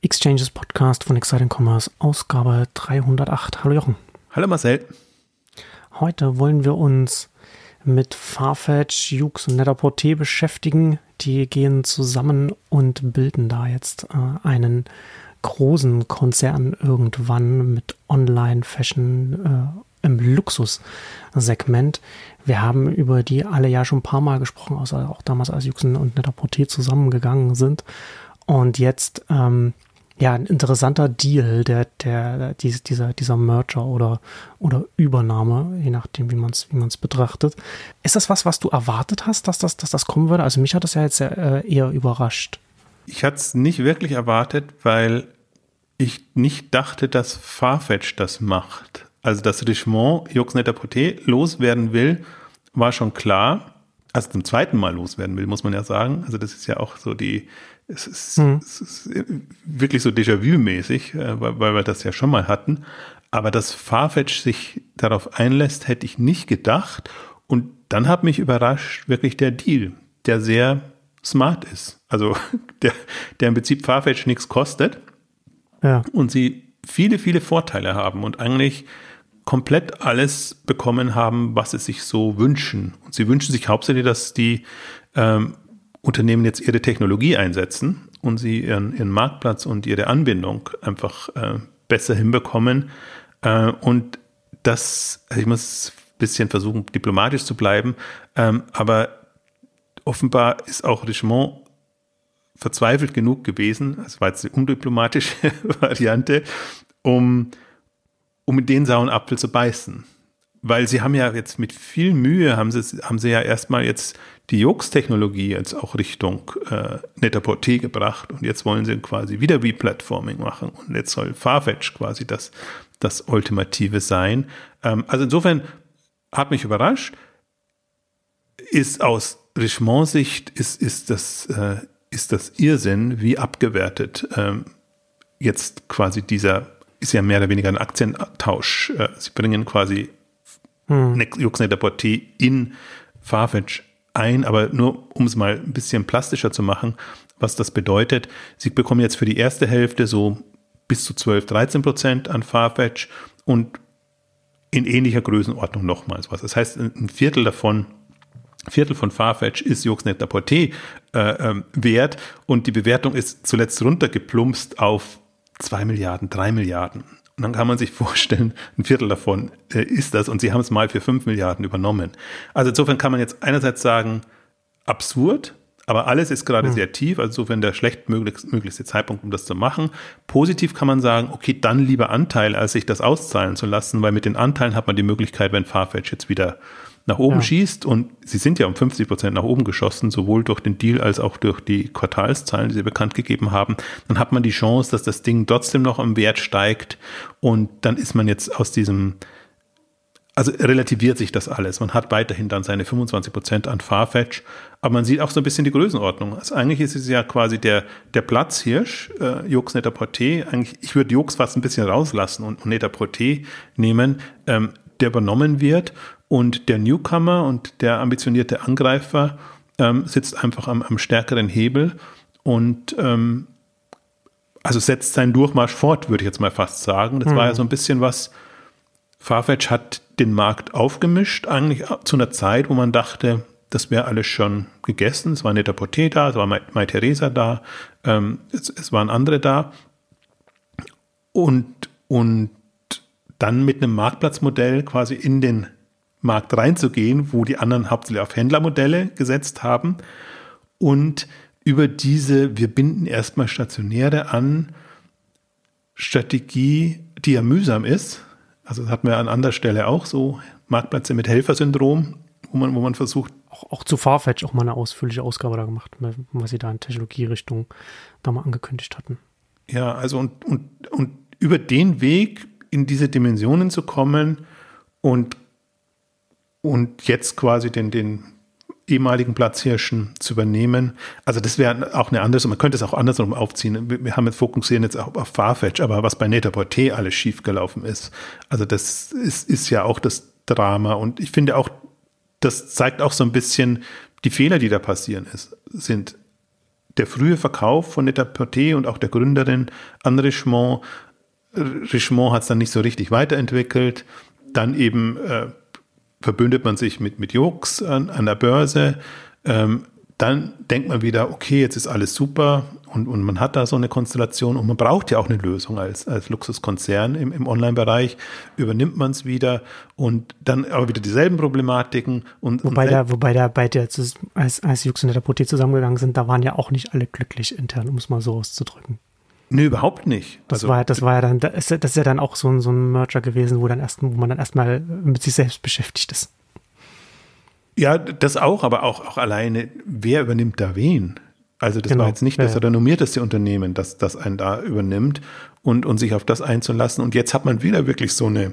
Exchanges Podcast von Exciting Commerce, Ausgabe 308. Hallo Jochen. Hallo Marcel. Heute wollen wir uns mit Farfetch, Yoox und Net-a-Porter beschäftigen. Die gehen zusammen und bilden da jetzt einen großen Konzern irgendwann mit Online-Fashion im Luxussegment. Wir haben über die alle ja schon ein paar Mal gesprochen, außer auch damals, als Yoox und Net-a-Porter zusammengegangen sind. Und jetzt ein interessanter Deal, dieser Merger oder Übernahme, je nachdem, wie man es betrachtet. Ist das was du erwartet hast, dass das kommen würde? Also mich hat das ja jetzt eher überrascht. Ich hatte es nicht wirklich erwartet, weil ich nicht dachte, dass Farfetch das macht. Also, dass Richemont Yoox Net-a-Porter loswerden will, war schon klar. Also zum zweiten Mal loswerden will, muss man ja sagen. Also das ist ja auch so es ist wirklich so Déjà-vu-mäßig, weil wir das ja schon mal hatten. Aber dass Farfetch sich darauf einlässt, hätte ich nicht gedacht. Und dann hat mich überrascht wirklich der Deal, der sehr smart ist. Also der im Prinzip Farfetch nichts kostet. Ja. Und sie viele, viele Vorteile haben und eigentlich komplett alles bekommen haben, was sie sich so wünschen. Und sie wünschen sich hauptsächlich, dass die Unternehmen jetzt ihre Technologie einsetzen und sie ihren Marktplatz und ihre Anbindung einfach besser hinbekommen. Und das, also ich muss ein bisschen versuchen, diplomatisch zu bleiben, aber offenbar ist auch Richemont verzweifelt genug gewesen, das war jetzt die undiplomatische Variante, um in den sauren Apfel zu beißen. Weil sie haben ja jetzt mit viel Mühe, haben sie ja erstmal jetzt die Yoox-Technologie jetzt auch Richtung Net-a-Porter gebracht und jetzt wollen sie quasi wieder Replatforming machen und jetzt soll Farfetch quasi das Ultimative sein. Also insofern hat mich überrascht, ist aus Richemonts Sicht ist das Irrsinn, wie abgewertet jetzt quasi ist ja mehr oder weniger ein Aktientausch. Sie bringen quasi Yoox Net-a-Porter in Farfetch ein, aber nur um es mal ein bisschen plastischer zu machen, was das bedeutet. Sie bekommen jetzt für die erste Hälfte so bis zu 12-13% an Farfetch und in ähnlicher Größenordnung nochmals was. Das heißt, ein Viertel von Farfetch ist Yoox Net-a-Porter wert und die Bewertung ist zuletzt runtergeplumpst auf 2 Milliarden, 3 Milliarden. Und dann kann man sich vorstellen, ein Viertel davon ist das und sie haben es mal für 5 Milliarden übernommen. Also insofern kann man jetzt einerseits sagen, absurd, aber alles ist gerade sehr tief, also insofern der schlechtmöglichste Zeitpunkt, um das zu machen. Positiv kann man sagen, okay, dann lieber Anteil, als sich das auszahlen zu lassen, weil mit den Anteilen hat man die Möglichkeit, wenn Farfetch jetzt wieder nach oben schießt und sie sind ja um 50% nach oben geschossen, sowohl durch den Deal als auch durch die Quartalszahlen, die sie bekannt gegeben haben, dann hat man die Chance, dass das Ding trotzdem noch im Wert steigt und dann ist man jetzt also relativiert sich das alles. Man hat weiterhin dann seine 25% an Farfetch, aber man sieht auch so ein bisschen die Größenordnung. Also eigentlich ist es ja quasi der Platzhirsch, Yoox Net-a-Porter. Eigentlich, ich würde Yoox fast ein bisschen rauslassen und Net-a-Porter nehmen, der übernommen wird. Und der Newcomer und der ambitionierte Angreifer sitzt einfach am stärkeren Hebel und also setzt seinen Durchmarsch fort, würde ich jetzt mal fast sagen. Das war ja so ein bisschen was, Farfetch hat den Markt aufgemischt, eigentlich zu einer Zeit, wo man dachte, das wäre alles schon gegessen. Es war Net-a-Porter da, es war Mytheresa da, es waren andere da. Und dann mit einem Marktplatzmodell quasi in den Markt reinzugehen, wo die anderen hauptsächlich auf Händlermodelle gesetzt haben und über diese, wir binden erstmal Stationäre an, Strategie, die ja mühsam ist. Also das hatten wir an anderer Stelle auch so, Marktplätze mit Helfersyndrom, wo man versucht. Auch zu Farfetch auch mal eine ausführliche Ausgabe da gemacht, was sie da in Technologierichtung da mal angekündigt hatten. Ja, also und über den Weg in diese Dimensionen zu kommen und jetzt quasi den ehemaligen Platzhirschen zu übernehmen. Also das wäre auch eine andere, man könnte es auch andersrum aufziehen. Wir haben jetzt fokussieren jetzt auch auf Farfetch, aber was bei Net-a-Porter alles schiefgelaufen ist. Also das ist ja auch das Drama und ich finde auch, das zeigt auch so ein bisschen die Fehler, die da passieren sind. der frühe Verkauf von Net-a-Porter und auch der Gründerin an Richemont. Richemont hat es dann nicht so richtig weiterentwickelt. Dann eben verbündet man sich mit Yoox an der Börse. Dann denkt man wieder, okay, jetzt ist alles super und man hat da so eine Konstellation und man braucht ja auch eine Lösung als Luxuskonzern im Online-Bereich, übernimmt man es wieder und dann aber wieder dieselben Problematiken. Wobei als Yoox und Net-a-Porter zusammengegangen sind, da waren ja auch nicht alle glücklich intern, um es mal so auszudrücken. Nee, überhaupt nicht. Das ist ja dann auch so ein Merger gewesen, wo man dann erstmal mit sich selbst beschäftigt ist. Ja, das auch, aber auch alleine, wer übernimmt da wen? Also das war jetzt nicht das renommierteste Unternehmen, das einen da übernimmt und sich auf das einzulassen. Und jetzt hat man wieder wirklich so ein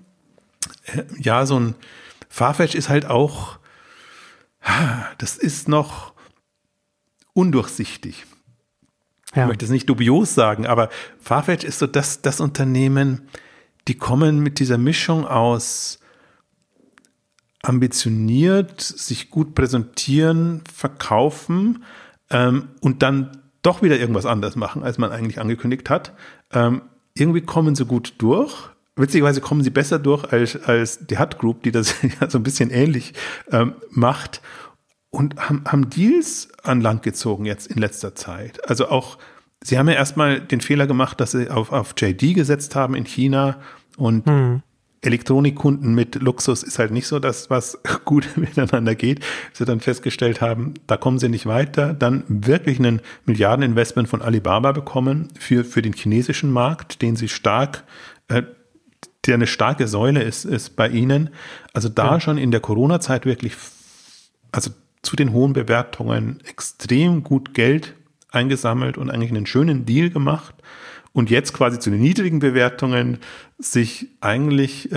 Farfetch ist halt auch, das ist noch undurchsichtig. Ja. Ich möchte es nicht dubios sagen, aber Farfetch ist so das Unternehmen, die kommen mit dieser Mischung aus ambitioniert, sich gut präsentieren, verkaufen und dann doch wieder irgendwas anderes machen, als man eigentlich angekündigt hat. Irgendwie kommen sie gut durch. Witzigerweise kommen sie besser durch als die Hut Group, die das ja so ein bisschen ähnlich macht und haben Deals an Land gezogen jetzt in letzter Zeit. Also auch, sie haben ja erstmal den Fehler gemacht, dass sie auf JD gesetzt haben in China und Elektronikkunden mit Luxus ist halt nicht so das, was gut miteinander geht. Sie dann festgestellt haben, da kommen sie nicht weiter. Dann wirklich einen Milliardeninvestment von Alibaba bekommen für den chinesischen Markt, den sie der eine starke Säule ist bei ihnen. Also da schon in der Corona-Zeit wirklich, also zu den hohen Bewertungen extrem gut Geld eingesammelt und eigentlich einen schönen Deal gemacht. Und jetzt quasi zu den niedrigen Bewertungen sich eigentlich,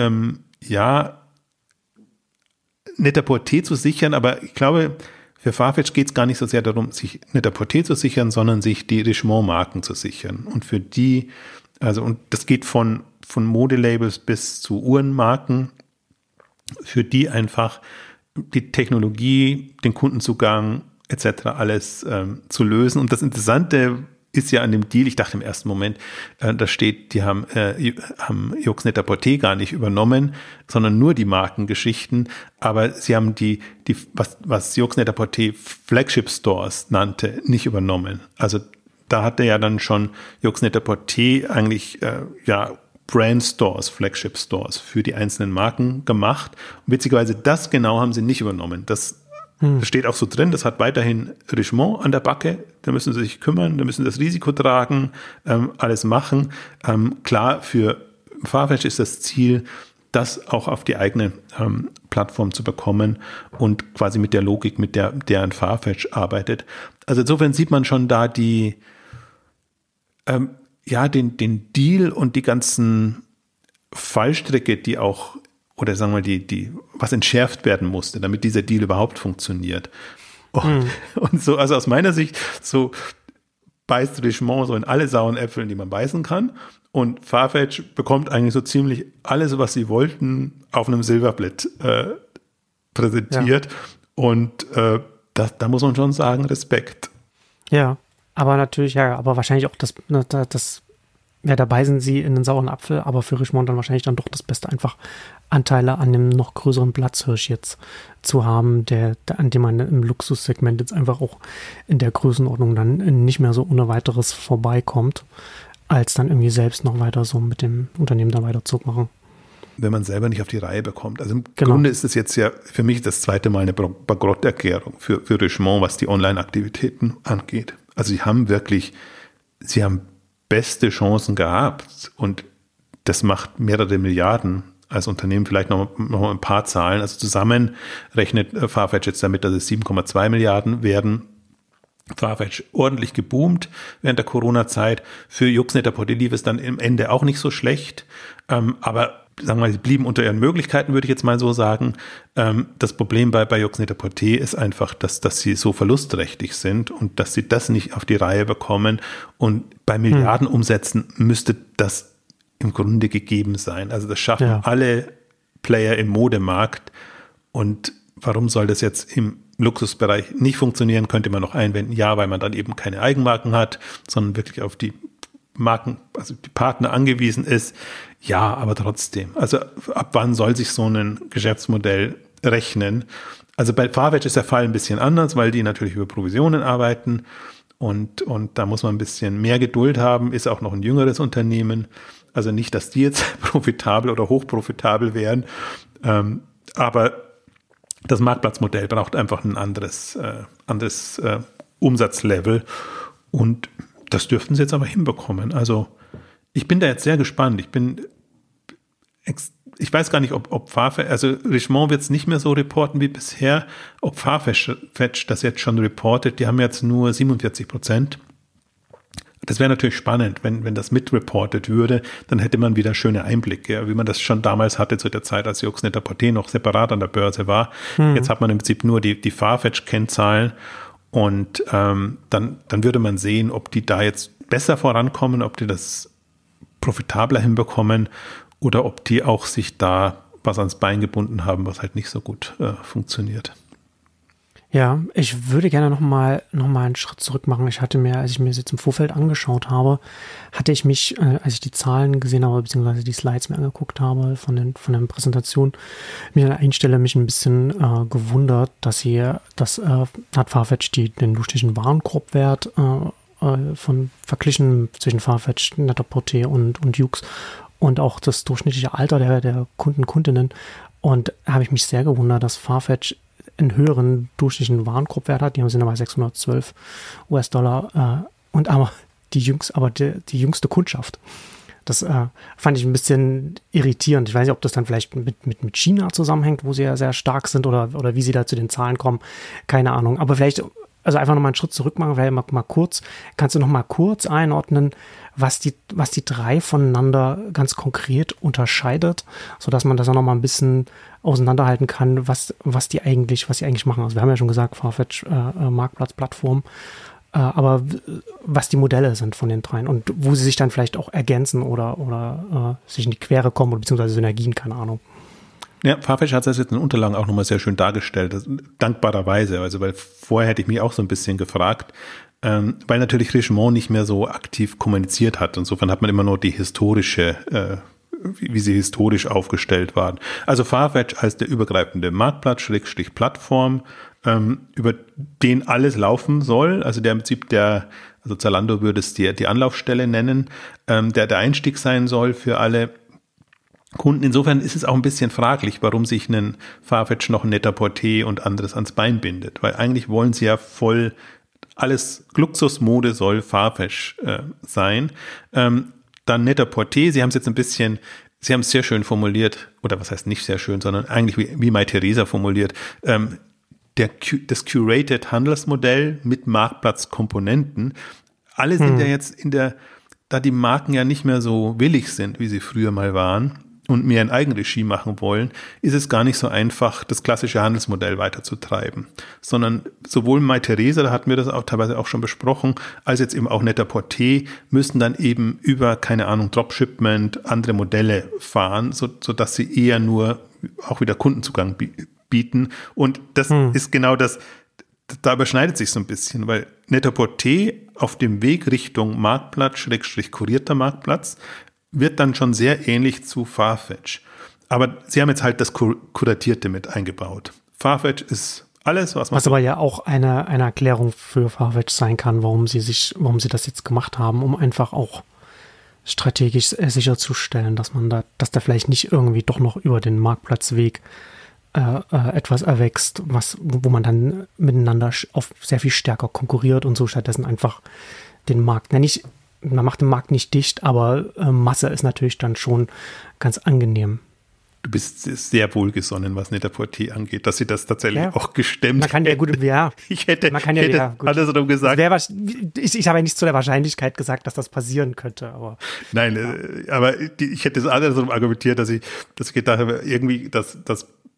Net-a-Porter zu sichern. Aber ich glaube, für Farfetch geht es gar nicht so sehr darum, sich Net-a-Porter zu sichern, sondern sich die Richemont-Marken zu sichern. Und für die, und das geht von Modelabels bis zu Uhrenmarken, für die einfach die Technologie, den Kundenzugang etc. alles zu lösen. Und das Interessante ist ja an dem Deal, ich dachte im ersten Moment, da steht, die haben Yoox Net-a-Porter gar nicht übernommen, sondern nur die Markengeschichten, aber sie haben was Yoox Net-a-Porter Flagship Stores nannte, nicht übernommen. Also da hatte ja dann schon Yoox Net-a-Porter eigentlich Brand Stores, Flagship Stores für die einzelnen Marken gemacht. Und witzigerweise das genau haben sie nicht übernommen. Das steht auch so drin, das hat weiterhin Richemont an der Backe, da müssen sie sich kümmern, da müssen sie das Risiko tragen, alles machen. Klar, für Farfetch ist das Ziel, das auch auf die eigene Plattform zu bekommen und quasi mit der Logik, mit der ein Farfetch arbeitet. Also insofern sieht man schon da den Deal und die ganzen Fallstricke, die auch, oder sagen wir die was entschärft werden musste, damit dieser Deal überhaupt funktioniert. Und so, also aus meiner Sicht, so beißt Richemont so in alle sauren Äpfel, die man beißen kann. Und Farfetch bekommt eigentlich so ziemlich alles, was sie wollten, auf einem Silberblett präsentiert. Ja. Und da muss man schon sagen, Respekt. Ja, aber natürlich, aber wahrscheinlich auch da beißen sie in den sauren Apfel, aber für Richemont dann wahrscheinlich dann doch das Beste, einfach Anteile an dem noch größeren Platzhirsch jetzt zu haben, an dem man im Luxussegment jetzt einfach auch in der Größenordnung dann nicht mehr so ohne weiteres vorbeikommt, als dann irgendwie selbst noch weiter so mit dem Unternehmen dann weiterzumachen. Wenn man selber nicht auf die Reihe bekommt. Also im Grunde ist es jetzt ja für mich das zweite Mal eine Bankrotterklärung für Richemont, was die Online-Aktivitäten angeht. Also sie haben beste Chancen gehabt und das macht mehrere Milliarden als Unternehmen, vielleicht noch ein paar Zahlen. Also zusammen rechnet Farfetch jetzt damit, dass es 7,2 Milliarden werden. Farfetch ordentlich geboomt während der Corona-Zeit. Für Yoox Net-a-Porter lief es dann im Ende auch nicht so schlecht, aber sagen wir mal, sie blieben unter ihren Möglichkeiten, würde ich jetzt mal so sagen. Das Problem bei Yoox Net-a-Porter ist einfach, dass sie so verlustträchtig sind und dass sie das nicht auf die Reihe bekommen. Und bei Milliardenumsätzen müsste das im Grunde gegeben sein. Also das schaffen alle Player im Modemarkt. Und warum soll das jetzt im Luxusbereich nicht funktionieren, könnte man noch einwenden, ja, weil man dann eben keine Eigenmarken hat, sondern wirklich auf die Marken, also die Partner angewiesen ist. Ja, aber trotzdem. Also ab wann soll sich so ein Geschäftsmodell rechnen? Also bei Farfetch ist der Fall ein bisschen anders, weil die natürlich über Provisionen arbeiten und da muss man ein bisschen mehr Geduld haben, ist auch noch ein jüngeres Unternehmen. Also nicht, dass die jetzt profitabel oder hochprofitabel wären, aber das Marktplatzmodell braucht einfach ein anderes Umsatzlevel und das dürften sie jetzt aber hinbekommen. Also ich bin da jetzt sehr gespannt. Ich weiß gar nicht, ob Farfetch, also Richemont wird es nicht mehr so reporten wie bisher, ob Farfetch das jetzt schon reportet. Die haben jetzt nur 47%. Das wäre natürlich spannend, wenn das mitreportet würde, dann hätte man wieder schöne Einblicke, wie man das schon damals hatte zu der Zeit, als Yoox Net-a-Porter noch separat an der Börse war. Jetzt hat man im Prinzip nur die Farfetch-Kennzahlen und dann würde man sehen, ob die da jetzt besser vorankommen, ob die das profitabler hinbekommen oder ob die auch sich da was ans Bein gebunden haben, was halt nicht so gut funktioniert. Ja, ich würde gerne noch mal einen Schritt zurück machen. Als ich mir das jetzt im Vorfeld angeschaut habe, hatte ich mich, als ich die Zahlen gesehen habe, beziehungsweise die Slides mir angeguckt habe von der Präsentation, mich an einer Stelle ein bisschen gewundert, dass hat Farfetch den durchschnittlichen Warenkorbwert verglichen zwischen Farfetch, Net-a-Porter und Yoox und auch das durchschnittliche Alter der Kundinnen. Und da habe ich mich sehr gewundert, dass Farfetch einen höheren durchschnittlichen Warenkorbwert hat. Die sind aber 612 US-Dollar und aber die jüngste Kundschaft. Das fand ich ein bisschen irritierend. Ich weiß nicht, ob das dann vielleicht mit China zusammenhängt, wo sie ja sehr stark sind oder wie sie da zu den Zahlen kommen. Keine Ahnung. Aber vielleicht, also einfach nochmal einen Schritt zurück machen, kannst du noch mal kurz einordnen, was die drei voneinander ganz konkret unterscheidet, sodass man das auch noch mal ein bisschen auseinanderhalten kann, was die eigentlich machen. Also wir haben ja schon gesagt, Farfetch, Marktplatzplattform, aber was die Modelle sind von den dreien und wo sie sich dann vielleicht auch ergänzen oder sich in die Quere kommen oder beziehungsweise Synergien, keine Ahnung. Ja, Farfetch hat das jetzt in den Unterlagen auch nochmal sehr schön dargestellt, dankbarerweise, also weil vorher hätte ich mich auch so ein bisschen gefragt, weil natürlich Richemont nicht mehr so aktiv kommuniziert hat. Insofern hat man immer nur die wie sie historisch aufgestellt waren. Also Farfetch als der übergreifende Marktplatz, Plattform, über den alles laufen soll, also der im Prinzip also Zalando würde es die Anlaufstelle nennen, der Einstieg sein soll für alle Kunden. Insofern ist es auch ein bisschen fraglich, warum sich ein Farfetch noch ein Net-a-Porter und anderes ans Bein bindet, weil eigentlich wollen sie ja voll alles Luxusmode soll Farfetch sein. Dann Net-a-Porter, Sie haben es sehr schön formuliert, oder was heißt nicht sehr schön, sondern eigentlich wie Mai-Theresa formuliert, das Curated Handelsmodell mit Marktplatzkomponenten. Alle sind ja jetzt da die Marken ja nicht mehr so willig sind, wie sie früher mal waren und mehr in Eigenregie machen wollen, ist es gar nicht so einfach, das klassische Handelsmodell weiterzutreiben, sondern sowohl Mai-Theresa, da hatten wir das auch teilweise auch schon besprochen, als jetzt eben auch Net-a-Porter müssen dann eben über, keine Ahnung, Dropshipment, andere Modelle fahren, sodass sie eher nur auch wieder Kundenzugang bieten und das ist genau das, da überschneidet sich so ein bisschen, weil Net-a-Porter auf dem Weg Richtung Marktplatz, kurierter Marktplatz, wird dann schon sehr ähnlich zu Farfetch. Aber sie haben jetzt halt das Kuratierte mit eingebaut. Farfetch ist alles, was man... Was aber ja auch eine Erklärung für Farfetch sein kann, warum sie das jetzt gemacht haben, um einfach auch strategisch sicherzustellen, dass da vielleicht nicht irgendwie doch noch über den Marktplatzweg etwas erwächst, wo man dann miteinander sehr viel stärker konkurriert und so stattdessen einfach den Markt, man macht den Markt nicht dicht, aber Masse ist natürlich dann schon ganz angenehm. Du bist sehr wohlgesonnen, was Net-a-Porter angeht, dass sie das tatsächlich auch gestemmt man kann Ich hätte andersrum gesagt. Ich habe ja nicht zu der Wahrscheinlichkeit gesagt, dass das passieren könnte. Aber, nein, aber ich hätte es andersrum argumentiert, dass ich gedacht habe, irgendwie, dass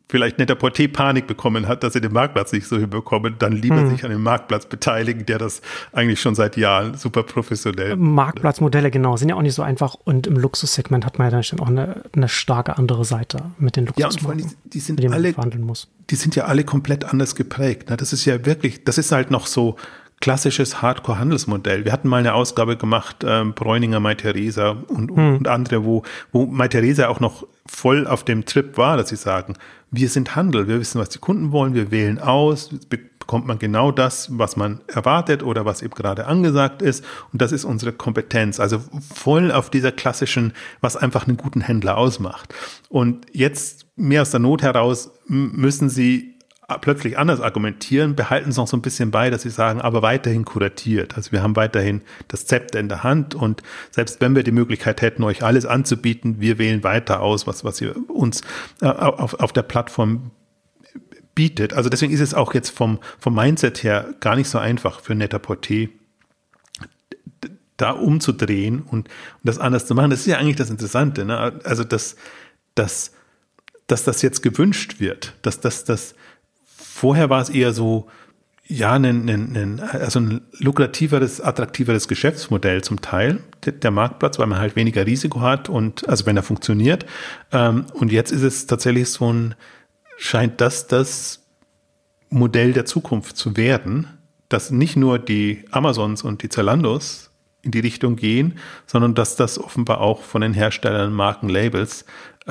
vielleicht Net-a-Porter Panik bekommen hat, dass sie den Marktplatz nicht so hinbekommen, dann lieber sich an dem Marktplatz beteiligen, der das eigentlich schon seit Jahren super professionell. Marktplatzmodelle, genau, sind ja auch nicht so einfach und im Luxussegment hat man ja dann auch eine starke andere Seite mit den Luxusmarken, ja, und vor allem, die sind mit denen alle, man verhandeln muss. Die sind ja alle komplett anders geprägt. Das ist ja wirklich, das ist halt noch so klassisches Hardcore-Handelsmodell. Wir hatten mal eine Ausgabe gemacht, Bräuninger, Mytheresa und andere, wo Mytheresa auch noch voll auf dem Trip war, dass sie sagen, wir sind Handel, wir wissen, was die Kunden wollen, wir wählen aus, bekommt man genau das, was man erwartet oder was eben gerade angesagt ist und das ist unsere Kompetenz. Also voll auf dieser klassischen, was einfach einen guten Händler ausmacht. Und jetzt mehr aus der Not heraus müssen sie plötzlich anders argumentieren, behalten es noch so ein bisschen bei, dass sie sagen, aber weiterhin kuratiert. Also wir haben weiterhin das Zepter in der Hand und selbst wenn wir die Möglichkeit hätten, euch alles anzubieten, wir wählen weiter aus, was ihr uns auf der Plattform bietet. Also deswegen ist es auch jetzt vom Mindset her gar nicht so einfach für Net-a-Porter da umzudrehen und das anders zu machen. Das ist ja eigentlich das Interessante, ne? Also dass das jetzt gewünscht wird, dass das vorher war es eher so, ja, also ein lukrativeres, attraktiveres Geschäftsmodell zum Teil, der Marktplatz, weil man halt weniger Risiko hat und, also wenn er funktioniert. Und jetzt ist es tatsächlich scheint das Modell der Zukunft zu werden, dass nicht nur die Amazons und die Zalandos in die Richtung gehen, sondern dass das offenbar auch von den Herstellern Markenlabels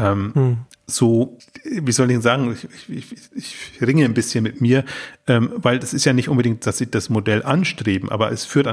so, wie soll ich sagen, ich ringe ein bisschen mit mir, weil das ist ja nicht unbedingt, dass sie das Modell anstreben, aber es führt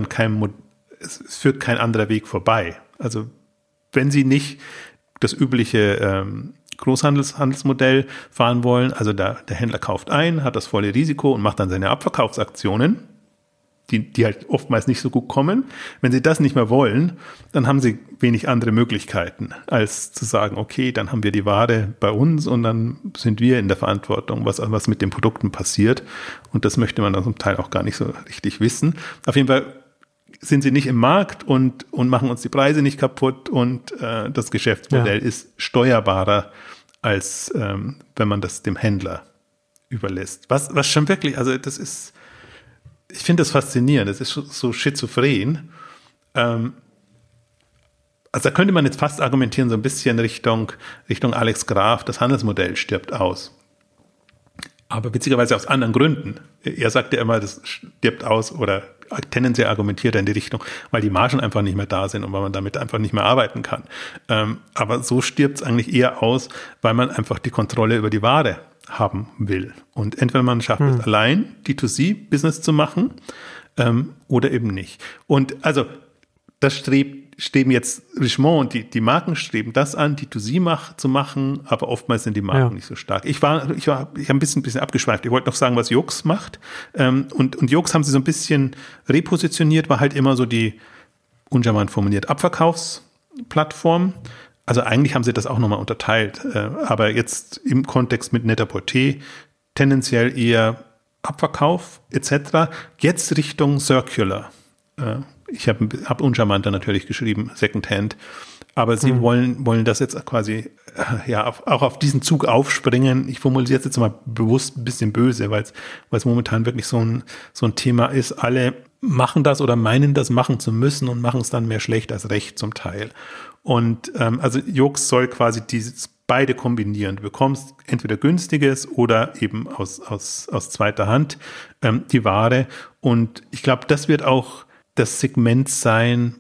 kein anderer Weg vorbei. Also wenn sie nicht das übliche Großhandelsmodell fahren wollen, also der Händler kauft ein, hat das volle Risiko und macht dann seine Abverkaufsaktionen, die halt oftmals nicht so gut kommen. Wenn sie das nicht mehr wollen, dann haben sie wenig andere Möglichkeiten, als zu sagen, okay, dann haben wir die Ware bei uns und dann sind wir in der Verantwortung, was mit den Produkten passiert. Und das möchte man dann zum Teil auch gar nicht so richtig wissen. Auf jeden Fall sind sie nicht im Markt und machen uns die Preise nicht kaputt und das Geschäftsmodell ist steuerbarer, als wenn man das dem Händler überlässt. Was schon wirklich, also das ist, ich finde das faszinierend, das ist so schizophren. Also da könnte man jetzt fast argumentieren, so ein bisschen Richtung Alex Graf, das Handelsmodell stirbt aus. Aber witzigerweise aus anderen Gründen. Er sagt ja immer, das stirbt aus oder tendenziell argumentiert er in die Richtung, weil die Margen einfach nicht mehr da sind und weil man damit einfach nicht mehr arbeiten kann. Aber so stirbt es eigentlich eher aus, weil man einfach die Kontrolle über die Ware haben will. Und entweder man schafft es allein, D2C-Business zu machen, oder eben nicht. Und also das streben jetzt Richemont und die Marken streben das an, D2C zu machen, aber oftmals sind die Marken nicht so stark. Ich habe ein bisschen abgeschweift. Ich wollte noch sagen, was Yoox macht. Und Yoox haben sie so ein bisschen repositioniert, war halt immer so die uncharmant formuliert Abverkaufsplattform. Also eigentlich haben sie das auch nochmal unterteilt, aber jetzt im Kontext mit Net-a-Porter tendenziell eher Abverkauf etc. Jetzt Richtung Circular. Ich habe uncharmanter natürlich geschrieben, Secondhand, aber sie wollen das jetzt quasi auch auf diesen Zug aufspringen. Ich formuliere es jetzt mal bewusst ein bisschen böse, weil es momentan wirklich so ein Thema ist. Alle machen das oder meinen das machen zu müssen und machen es dann mehr schlecht als recht zum Teil. Und also Yoox soll quasi beide kombinieren. Du bekommst entweder günstiges oder eben aus zweiter Hand die Ware. Und ich glaube, das wird auch das Segment sein,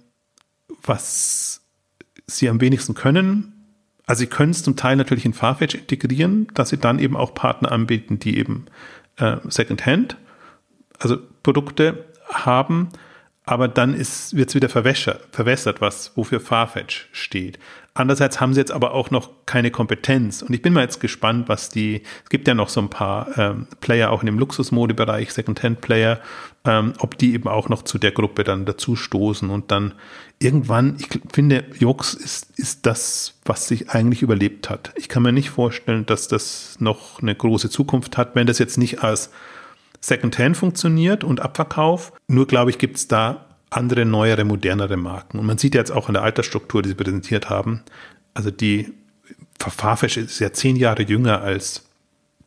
was sie am wenigsten können. Also sie können es zum Teil natürlich in Farfetch integrieren, dass sie dann eben auch Partner anbieten, die eben Secondhand, also Produkte haben. Aber dann wird es wieder verwässert, wofür Farfetch steht. Andererseits haben sie jetzt aber auch noch keine Kompetenz. Und ich bin mal jetzt gespannt, es gibt ja noch so ein paar Player auch in dem Luxusmodebereich, Secondhand-Player, ob die eben auch noch zu der Gruppe dann dazu stoßen. Und dann irgendwann, ich finde, Yoox ist das, was sich eigentlich überlebt hat. Ich kann mir nicht vorstellen, dass das noch eine große Zukunft hat, wenn das jetzt nicht als Secondhand funktioniert und Abverkauf. Nur, glaube ich, gibt es da andere, neuere, modernere Marken. Und man sieht ja jetzt auch in der Altersstruktur, die sie präsentiert haben, also die Farfetch ist ja 10 Jahre jünger als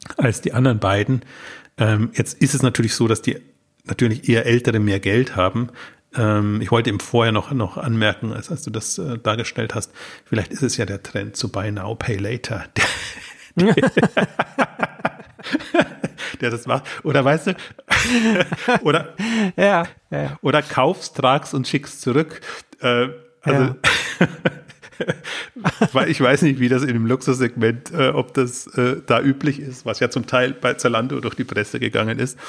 als die anderen beiden. Jetzt ist es natürlich so, dass die natürlich eher Ältere mehr Geld haben. Ich wollte eben vorher noch anmerken, als du das dargestellt hast, vielleicht ist es ja der Trend zu Buy Now, Pay Later, der das macht. Oder weißt du, oder, ja. Oder kaufst, tragst und schickst zurück. Weil ich weiß nicht, wie das in dem Luxussegment, ob das da üblich ist, was ja zum Teil bei Zalando durch die Presse gegangen ist.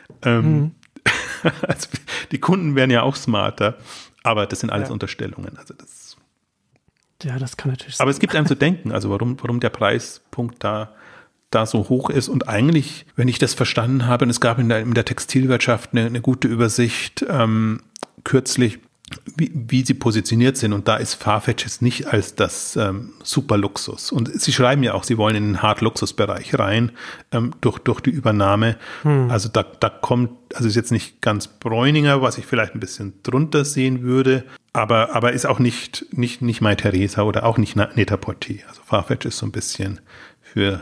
Also die Kunden werden ja auch smarter, aber das sind alles Unterstellungen. Also das kann natürlich sein. Aber es gibt einem zu denken, also warum der Preispunkt da so hoch ist. Und eigentlich, wenn ich das verstanden habe, und es gab in der Textilwirtschaft eine gute Übersicht kürzlich, wie sie positioniert sind. Und da ist Farfetch jetzt nicht als das Superluxus. Und sie schreiben ja auch, sie wollen in den Hard-Luxus-Bereich rein durch die Übernahme. Also da kommt, also ist jetzt nicht ganz Bräuninger, was ich vielleicht ein bisschen drunter sehen würde, aber ist auch nicht Mytheresa oder auch nicht Net-a-Porter. Also Farfetch ist so ein bisschen für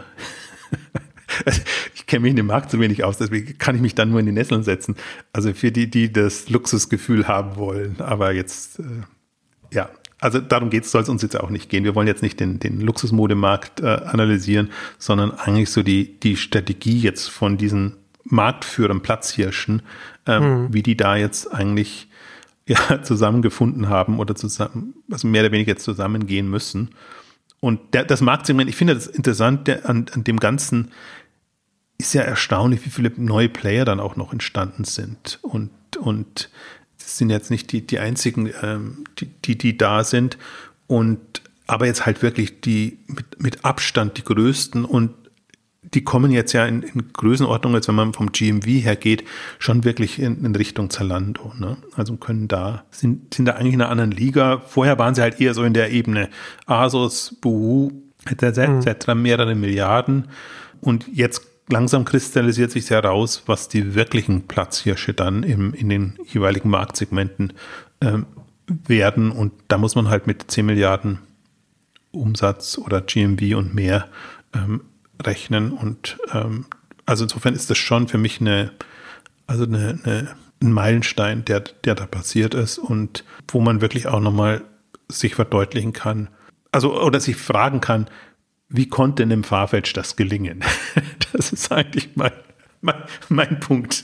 ich kenne mich in dem Markt zu wenig aus, deswegen kann ich mich dann nur in die Nesseln setzen. Also für die das Luxusgefühl haben wollen. Aber jetzt, also darum soll es uns jetzt auch nicht gehen. Wir wollen jetzt nicht den Luxusmodemarkt analysieren, sondern eigentlich so die Strategie jetzt von diesen Marktführern, Platzhirschen, wie die da jetzt eigentlich zusammengefunden haben oder also mehr oder weniger jetzt zusammengehen müssen. Und das Marktsegment, ich finde das interessant, an dem Ganzen ist ja erstaunlich, wie viele neue Player dann auch noch entstanden sind. Und das sind jetzt nicht die einzigen, die da sind. Aber jetzt halt wirklich die mit Abstand die größten, und die kommen jetzt ja in Größenordnung, als wenn man vom GMV her geht, schon wirklich in Richtung Zalando, ne? Also sind da eigentlich in einer anderen Liga. Vorher waren sie halt eher so in der Ebene ASOS, Boohoo, etc. mehrere Milliarden. Und jetzt langsam kristallisiert sich heraus, was die wirklichen Platzhirsche dann in den jeweiligen Marktsegmenten werden. Und da muss man halt mit 10 Milliarden Umsatz oder GMV und mehr rechnen. Und also insofern ist das schon für mich ein Meilenstein, der da passiert ist und wo man wirklich auch nochmal sich verdeutlichen kann, also oder sich fragen kann, wie konnte einem Farfetch das gelingen? Das ist eigentlich mein Punkt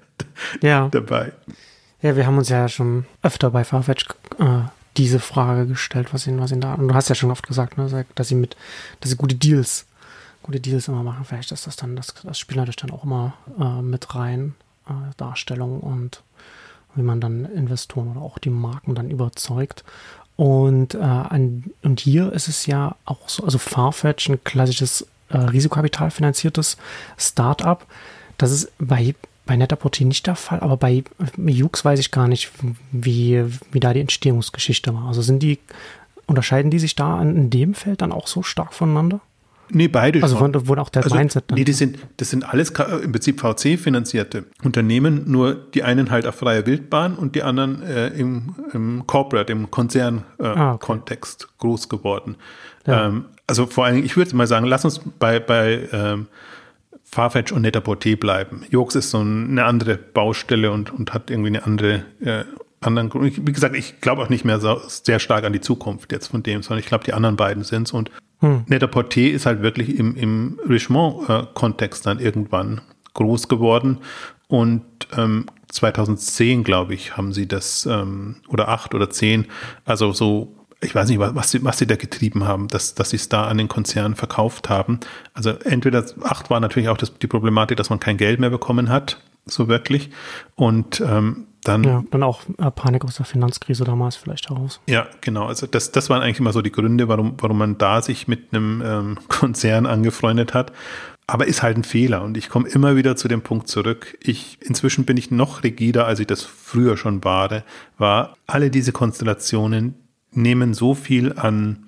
dabei. Ja, wir haben uns ja schon öfter bei Farfetch diese Frage gestellt, was ihn da, und du hast ja schon oft gesagt, ne, dass sie gute Deals immer machen. Vielleicht ist das dann, das spielt natürlich dann auch immer mit rein, Darstellung und wie man dann Investoren oder auch die Marken dann überzeugt. Und hier ist es ja auch so, also Farfetch, ein klassisches risikokapitalfinanziertes Start-up. Das ist bei Net-a-Porter nicht der Fall, aber bei Yoox weiß ich gar nicht, wie da die Entstehungsgeschichte war. Also unterscheiden die sich da in dem Feld dann auch so stark voneinander? Nee, beide schon. Also wo auch der Mindset dann. Nee, das sind alles im Prinzip VC-finanzierte Unternehmen, nur die einen halt auf freier Wildbahn und die anderen im Corporate, im Konzern-Kontext groß geworden. Ja. Also vor allen Dingen, ich würde mal sagen, lass uns bei Farfetch und Net-a-Porter bleiben. Yoox ist so eine andere Baustelle und hat irgendwie eine anderen Grund. Wie gesagt, ich glaube auch nicht mehr so sehr stark an die Zukunft jetzt von dem, sondern ich glaube, die anderen beiden sind es. Und Net-a-Porter ist halt wirklich im Richemont-Kontext dann irgendwann groß geworden. Und 2010, glaube ich, haben sie das, oder 8 oder 10, also so, ich weiß nicht, was sie da getrieben haben, dass sie es da an den Konzern verkauft haben. Also entweder 8 war natürlich auch die Problematik, dass man kein Geld mehr bekommen hat, so wirklich. Und dann auch Panik aus der Finanzkrise damals vielleicht heraus. Ja, genau. Also das waren eigentlich immer so die Gründe, warum man da sich mit einem Konzern angefreundet hat. Aber ist halt ein Fehler. Und ich komme immer wieder zu dem Punkt zurück. Inzwischen bin ich noch rigider, als ich das früher schon war. Alle diese Konstellationen nehmen so viel an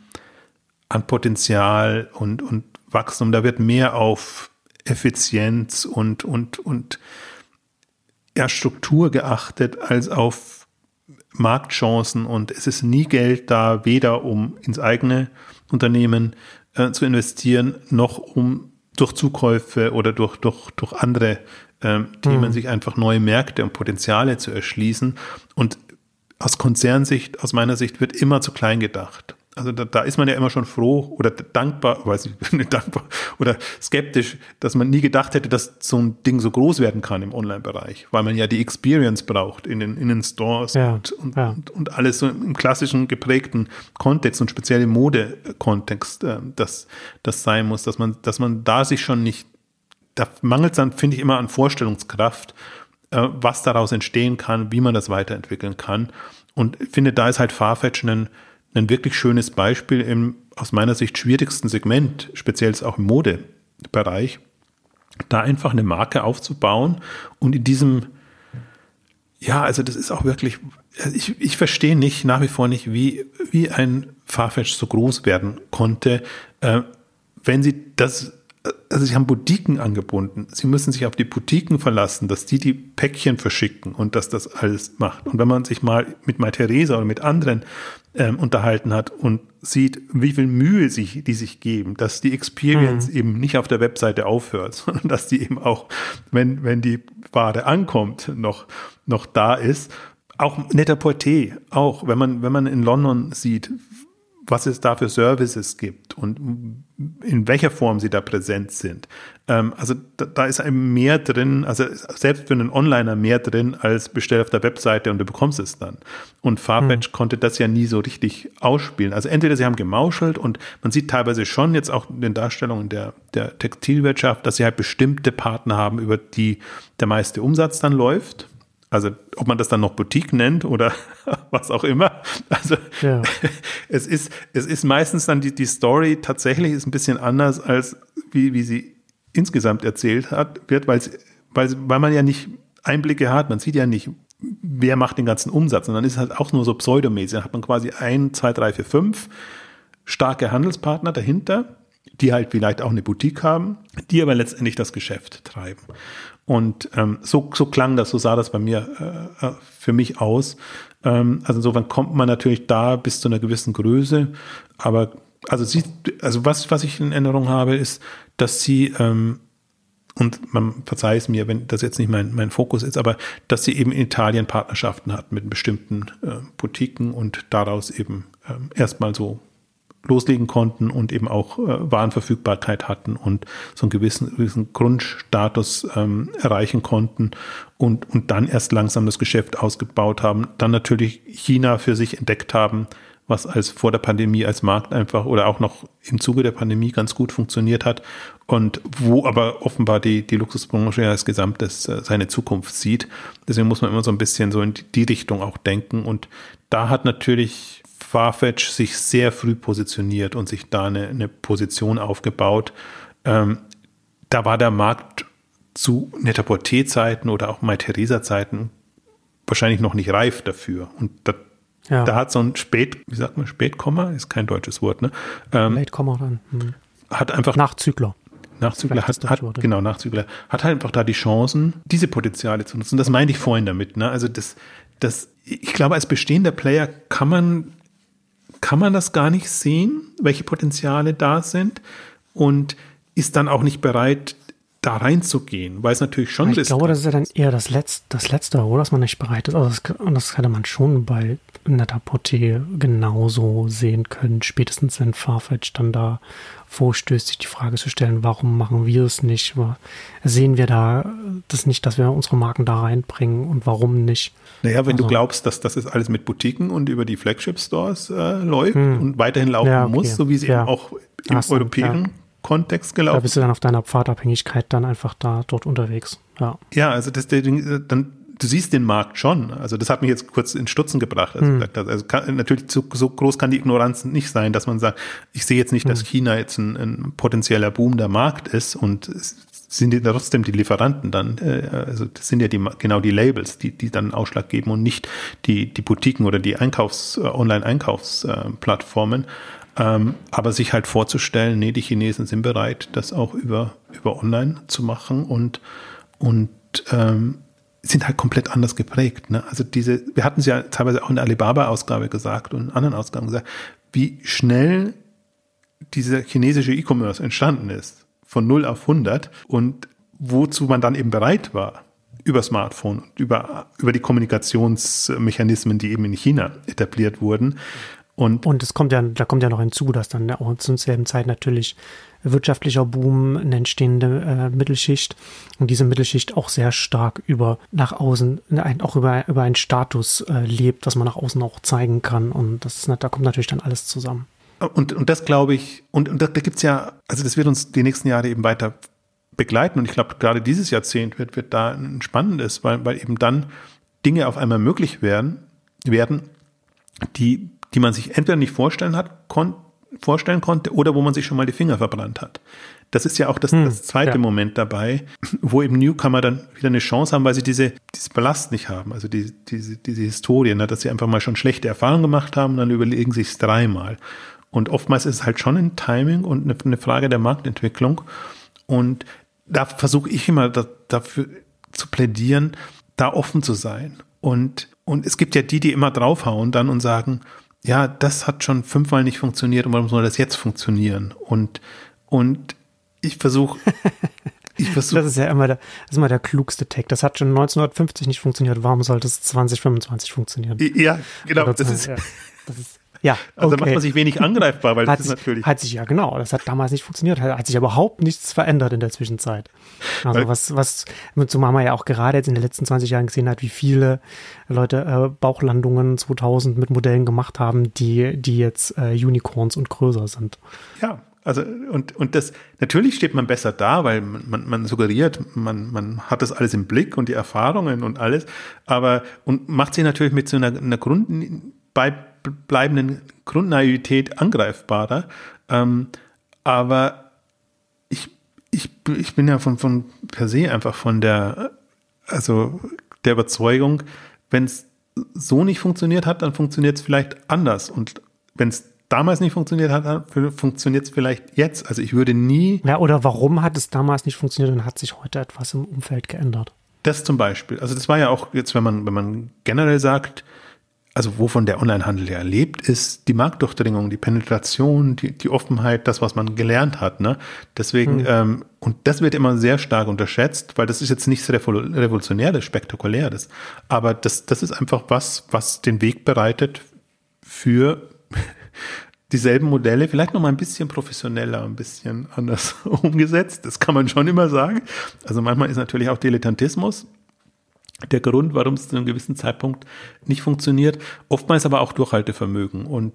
Potenzial und Wachstum. Da wird mehr auf Effizienz und Struktur geachtet als auf Marktchancen, und es ist nie Geld da, weder um ins eigene Unternehmen zu investieren, noch um durch Zukäufe oder durch andere Themen sich einfach neue Märkte und Potenziale zu erschließen. Und aus Konzernsicht, aus meiner Sicht, wird immer zu klein gedacht. Also da ist man ja immer schon froh oder dankbar, weiß ich nicht, dankbar oder skeptisch, dass man nie gedacht hätte, dass so ein Ding so groß werden kann im Online-Bereich, weil man ja die Experience braucht in den Stores und alles so im klassischen geprägten Kontext und speziell im Mode-Kontext, das sein muss, dass man da sich schon nicht, da mangelt es dann, finde ich, immer an Vorstellungskraft, was daraus entstehen kann, wie man das weiterentwickeln kann. Und ich finde, da ist halt Farfetch ein wirklich schönes Beispiel im aus meiner Sicht schwierigsten Segment, speziell auch im Modebereich, da einfach eine Marke aufzubauen und in diesem, ja, also das ist auch wirklich, ich verstehe nach wie vor nicht, wie ein Farfetch so groß werden konnte, wenn sie das. Also sie haben Boutiquen angebunden. Sie müssen sich auf die Boutiquen verlassen, dass die Päckchen verschicken und dass das alles macht. Und wenn man sich mal mit Mytheresa oder mit anderen unterhalten hat und sieht, wie viel Mühe die sich geben, dass die Experience eben nicht auf der Webseite aufhört, sondern dass die eben auch, wenn die Ware ankommt, noch da ist. Auch Net-a-Porter, auch wenn man in London sieht, was es da für Services gibt und in welcher Form sie da präsent sind. Also da ist einem mehr drin, also selbst für einen Onliner mehr drin, als bestell auf der Webseite und du bekommst es dann. Und Farfetch konnte das ja nie so richtig ausspielen. Also entweder sie haben gemauschelt und man sieht teilweise schon jetzt auch in den Darstellungen der Textilwirtschaft, dass sie halt bestimmte Partner haben, über die der meiste Umsatz dann läuft. Also ob man das dann noch Boutique nennt oder was auch immer. Also ja. Es ist meistens dann die Story tatsächlich ist ein bisschen anders, als wie sie insgesamt erzählt wird, weil man ja nicht Einblicke hat. Man sieht ja nicht, wer macht den ganzen Umsatz. Und dann ist es halt auch nur so pseudomäßig. Dann hat man quasi 1, 2, 3, 4, 5 starke Handelspartner dahinter, die halt vielleicht auch eine Boutique haben, die aber letztendlich das Geschäft treiben. Und so klang das, so sah das bei mir für mich aus. Also insofern kommt man natürlich da bis zu einer gewissen Größe, aber was ich in Erinnerung habe, ist, dass sie und man verzeiht es mir, wenn das jetzt nicht mein Fokus ist, aber dass sie eben in Italien Partnerschaften hat mit bestimmten Boutiquen und daraus eben erstmal so loslegen konnten und eben auch Warenverfügbarkeit hatten und so einen gewissen Grundstatus erreichen konnten und dann erst langsam das Geschäft ausgebaut haben. Dann natürlich China für sich entdeckt haben, was als vor der Pandemie als Markt einfach oder auch noch im Zuge der Pandemie ganz gut funktioniert hat und wo aber offenbar die Luxusbranche als Gesamtes seine Zukunft sieht. Deswegen muss man immer so ein bisschen so in die Richtung auch denken und da hat natürlich Farfetch sich sehr früh positioniert und sich da eine Position aufgebaut. Da war der Markt zu Net-a-Porter-Zeiten oder auch Mytheresa-Zeiten wahrscheinlich noch nicht reif dafür. Und da hat so ein Spätkomma, ist kein deutsches Wort, ne? Latekomma dann. Hat einfach Nachzügler. Nachzügler hat halt einfach da die Chancen, diese Potenziale zu nutzen. Das meinte ich vorhin damit, ne? Also ich glaube, als bestehender Player kann man das gar nicht sehen, welche Potenziale da sind und ist dann auch nicht bereit, da reinzugehen, weil es natürlich schon ist. Ich glaube, das ist ja dann eher das Letzte, oder? Dass man nicht bereit ist. Also das hätte man schon bei Net-a-Porter genauso sehen können, spätestens wenn Farfetch dann da vorstößt, sich die Frage zu stellen, warum machen wir es nicht? Sehen wir da das nicht, dass wir unsere Marken da reinbringen und warum nicht? Naja, wenn du glaubst, dass das jetzt alles mit Boutiquen und über die Flagship-Stores läuft und weiterhin laufen muss, so wie sie eben auch im europäischen Kontext gelaufen. Da bist du dann auf deiner Pfadabhängigkeit dann einfach dort unterwegs. Ja, also du siehst den Markt schon. Also das hat mich jetzt kurz in Stutzen gebracht. Natürlich so groß kann die Ignoranz nicht sein, dass man sagt, ich sehe jetzt nicht, dass China jetzt ein potenzieller boomender Markt ist und es sind ja trotzdem die Lieferanten dann, also das sind ja genau die Labels, die dann einen Ausschlag geben und nicht die Boutiquen oder die Online-Einkaufsplattformen. Aber sich halt vorzustellen, nee, die Chinesen sind bereit, das auch über Online zu machen und sind halt komplett anders geprägt. Ne? Also wir hatten es ja teilweise auch in der Alibaba-Ausgabe gesagt und in anderen Ausgaben gesagt, wie schnell dieser chinesische E-Commerce entstanden ist. von 0 auf 100 und wozu man dann eben bereit war über Smartphone und über die Kommunikationsmechanismen, die eben in China etabliert wurden. Und da kommt ja noch hinzu, dass dann auch zur selben Zeit natürlich wirtschaftlicher Boom, eine entstehende Mittelschicht und diese Mittelschicht auch sehr stark nach außen, auch über einen Status lebt, was man nach außen auch zeigen kann, und da kommt natürlich dann alles zusammen. Und das glaube ich, und da gibt es ja, also das wird uns die nächsten Jahre eben weiter begleiten, und ich glaube, gerade dieses Jahrzehnt wird da ein spannendes, weil eben dann Dinge auf einmal möglich werden, die man sich entweder nicht vorstellen konnte oder wo man sich schon mal die Finger verbrannt hat. Das ist ja auch das zweite Moment dabei, wo eben Newcomer dann wieder eine Chance haben, weil sie diese Ballast nicht haben, also diese Historie, ne, dass sie einfach mal schon schlechte Erfahrungen gemacht haben, dann überlegen sie es dreimal. Und oftmals ist es halt schon ein Timing und eine Frage der Marktentwicklung. Und da versuche ich immer dafür zu plädieren, da offen zu sein. Und es gibt ja die immer draufhauen dann und sagen, ja, das hat schon 5-mal nicht funktioniert und warum soll das jetzt funktionieren? Und ich versuche. Das ist ja immer der klugste Take. Das hat schon 1950 nicht funktioniert. Warum sollte es 2025 funktionieren? Ja, genau. Ja, also macht man sich wenig angreifbar, weil das ist natürlich. Das hat damals nicht funktioniert. Hat sich überhaupt nichts verändert in der Zwischenzeit. Also zumal man ja auch gerade jetzt in den letzten 20 Jahren gesehen hat, wie viele Leute Bauchlandungen 2000 mit Modellen gemacht haben, die jetzt Unicorns und größer sind. Ja, also und das, natürlich steht man besser da, weil man suggeriert, man hat das alles im Blick und die Erfahrungen und alles, und macht sich natürlich mit so einer bleibenden Grundnaivität angreifbarer. Aber ich bin ja von per se einfach von der Überzeugung, wenn es so nicht funktioniert hat, dann funktioniert es vielleicht anders. Und wenn es damals nicht funktioniert hat, dann funktioniert es vielleicht jetzt. Also ich würde nie... Ja, oder warum hat es damals nicht funktioniert und hat sich heute etwas im Umfeld geändert? Das zum Beispiel. Also das war ja auch jetzt, wenn man generell sagt, also wovon der Onlinehandel ja lebt, ist die Marktdurchdringung, die Penetration, die Offenheit, das, was man gelernt hat. Ne? Deswegen, und das wird immer sehr stark unterschätzt, weil das ist jetzt nichts Revolutionäres, Spektakuläres. Aber das ist einfach was den Weg bereitet für dieselben Modelle, vielleicht noch mal ein bisschen professioneller, ein bisschen anders umgesetzt. Das kann man schon immer sagen. Also manchmal ist natürlich auch Dilettantismus der Grund, warum es zu einem gewissen Zeitpunkt nicht funktioniert. Oftmals aber auch Durchhaltevermögen und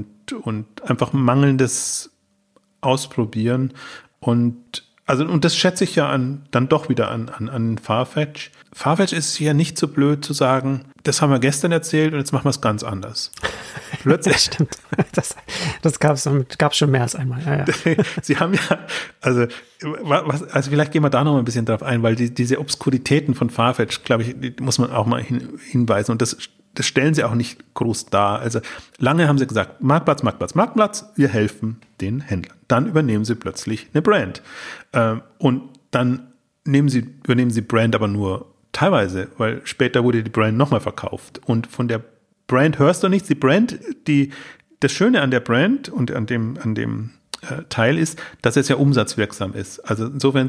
einfach mangelndes Ausprobieren. Und das schätze ich ja dann doch wieder an Farfetch. Farfetch ist ja nicht so blöd zu sagen, das haben wir gestern erzählt und jetzt machen wir es ganz anders. Plötzlich. Das stimmt. Das gab's schon mehr als einmal. Ja. Sie haben ja, also vielleicht gehen wir da noch mal ein bisschen drauf ein, weil diese Obskuritäten von Farfetch, glaube ich, die muss man auch mal hinweisen, und das stellen sie auch nicht groß dar. Also lange haben sie gesagt, Marktplatz, wir helfen den Händlern. Dann übernehmen sie plötzlich eine Brand. Und dann übernehmen sie Brand aber nur teilweise, weil später wurde die Brand nochmal verkauft. Und von der Brand hörst du nichts. Die Brand, das Schöne an der Brand und an dem Teil ist, dass es ja umsatzwirksam ist. Also insofern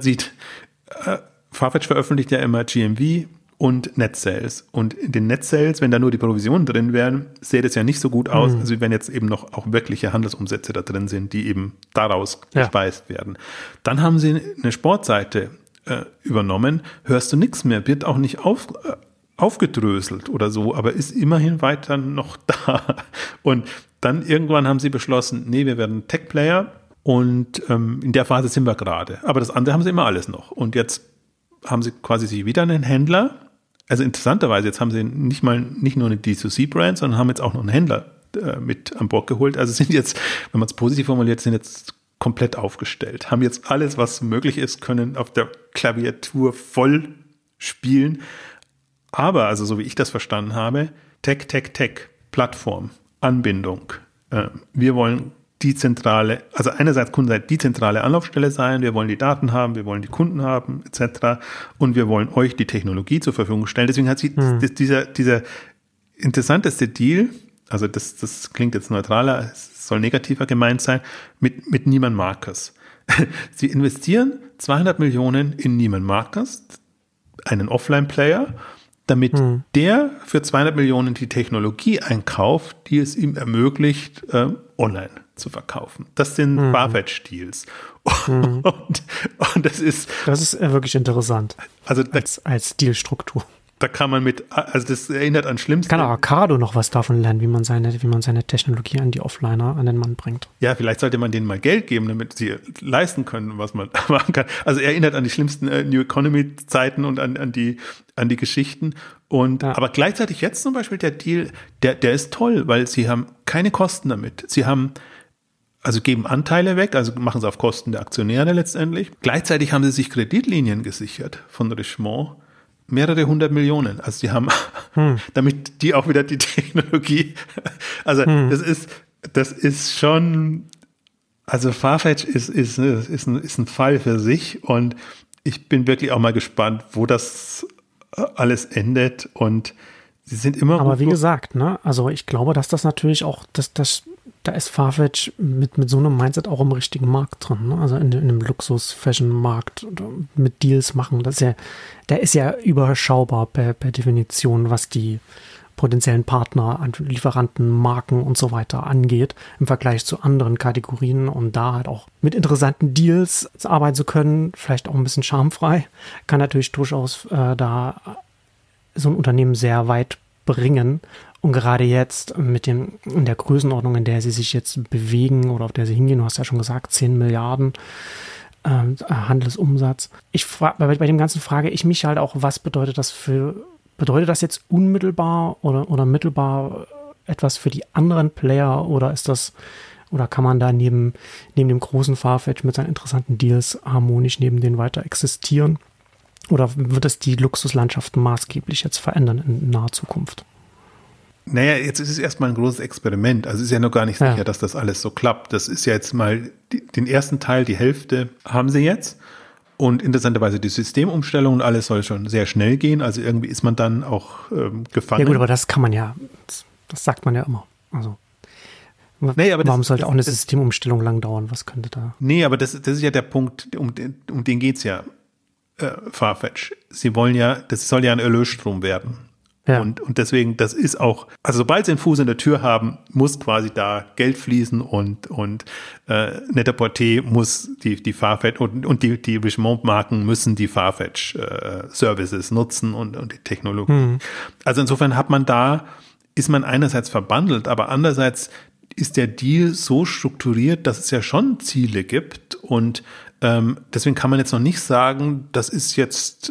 Farfetch veröffentlicht ja immer GMV und Net Sales. Und in den Net Sales, wenn da nur die Provisionen drin wären, sähe das ja nicht so gut aus, also wenn jetzt eben noch auch wirkliche Handelsumsätze da drin sind, die eben daraus gespeist werden. Dann haben sie eine Sportseite übernommen, hörst du nichts mehr, wird auch nicht aufgedröselt oder so, aber ist immerhin weiter noch da. Und dann irgendwann haben sie beschlossen, nee, wir werden Tech-Player, und in der Phase sind wir gerade. Aber das andere haben sie immer alles noch. Und jetzt haben sie quasi sich wieder einen Händler. Also interessanterweise, jetzt haben sie nicht nur eine D2C-Brand, sondern haben jetzt auch noch einen Händler mit an Bord geholt. Also sind jetzt, wenn man es positiv formuliert, sind jetzt komplett aufgestellt. Haben jetzt alles, was möglich ist, können auf der Klaviatur voll spielen. Aber, also so wie ich das verstanden habe, Tech, Plattform, Anbindung. Wir wollen also einerseits Kundenseite die zentrale Anlaufstelle sein, wir wollen die Daten haben, wir wollen die Kunden haben, etc. Und wir wollen euch die Technologie zur Verfügung stellen. Deswegen hat sie dieser interessanteste Deal, also das klingt jetzt neutraler, es soll negativer gemeint sein, mit Neiman Marcus. Sie investieren 200 Millionen in Neiman Marcus, einen Offline-Player, damit der für 200 Millionen die Technologie einkauft, die es ihm ermöglicht, online zu verkaufen. Das sind Farfetch-Deals. Und das ist wirklich interessant. Also als Dealstruktur. Da kann man also das erinnert an Schlimmste. Kann auch Ocado noch was davon lernen, wie man seine Technologie an die Offliner, an den Mann bringt. Ja, vielleicht sollte man denen mal Geld geben, damit sie leisten können, was man machen kann. Also erinnert an die schlimmsten New Economy Zeiten und an die Geschichten. Aber gleichzeitig jetzt zum Beispiel der Deal, der ist toll, weil sie haben keine Kosten damit. Sie geben Anteile weg, also machen es auf Kosten der Aktionäre letztendlich. Gleichzeitig haben sie sich Kreditlinien gesichert von Richemont. Mehrere 100 Millionen. Also die haben, damit die auch wieder die Technologie, also das ist schon, also Farfetch ist ein Fall für sich und ich bin wirklich auch mal gespannt, wo das alles endet und sie sind immer. Aber wie gesagt, ne, also ich glaube, dass das natürlich auch, da ist Farfetch mit so einem Mindset auch im richtigen Markt drin, ne? Also in einem Luxus-Fashion-Markt mit Deals machen. Der ist ja überschaubar per Definition, was die potenziellen Partner, Lieferanten, Marken und so weiter angeht, im Vergleich zu anderen Kategorien und da halt auch mit interessanten Deals arbeiten zu können, vielleicht auch ein bisschen schamfrei, kann natürlich durchaus da so ein Unternehmen sehr weit bringen. Und gerade jetzt in der Größenordnung, in der sie sich jetzt bewegen oder auf der sie hingehen, du hast ja schon gesagt, 10 Milliarden Handelsumsatz. Bei dem Ganzen frage ich mich halt auch, was bedeutet das jetzt unmittelbar oder mittelbar etwas für die anderen Player oder kann man da neben dem großen Farfetch mit seinen interessanten Deals harmonisch neben denen weiter existieren? Oder wird es die Luxuslandschaften maßgeblich jetzt verändern in naher Zukunft? Naja, jetzt ist es erstmal ein großes Experiment. Also es ist ja noch gar nicht sicher, dass das alles so klappt. Das ist ja jetzt mal den ersten Teil, die Hälfte haben sie jetzt. Und interessanterweise die Systemumstellung und alles soll schon sehr schnell gehen. Also irgendwie ist man dann auch gefangen. Ja gut, aber das kann man ja, das sagt man ja immer. Also warum sollte auch eine Systemumstellung lang dauern? Was könnte da? Nee, aber das ist ja der Punkt, um den geht's ja, Farfetch. Sie wollen ja, das soll ja ein Erlösstrom werden. Ja. Und deswegen, das ist auch, also sobald sie einen Fuß in der Tür haben, muss quasi da Geld fließen und Net-a-Porter muss die Farfetch und die Richemont-Marken müssen die Farfetch-Services nutzen und die Technologie. Also insofern ist man einerseits verbandelt, aber andererseits ist der Deal so strukturiert, dass es ja schon Ziele gibt und deswegen kann man jetzt noch nicht sagen, das ist jetzt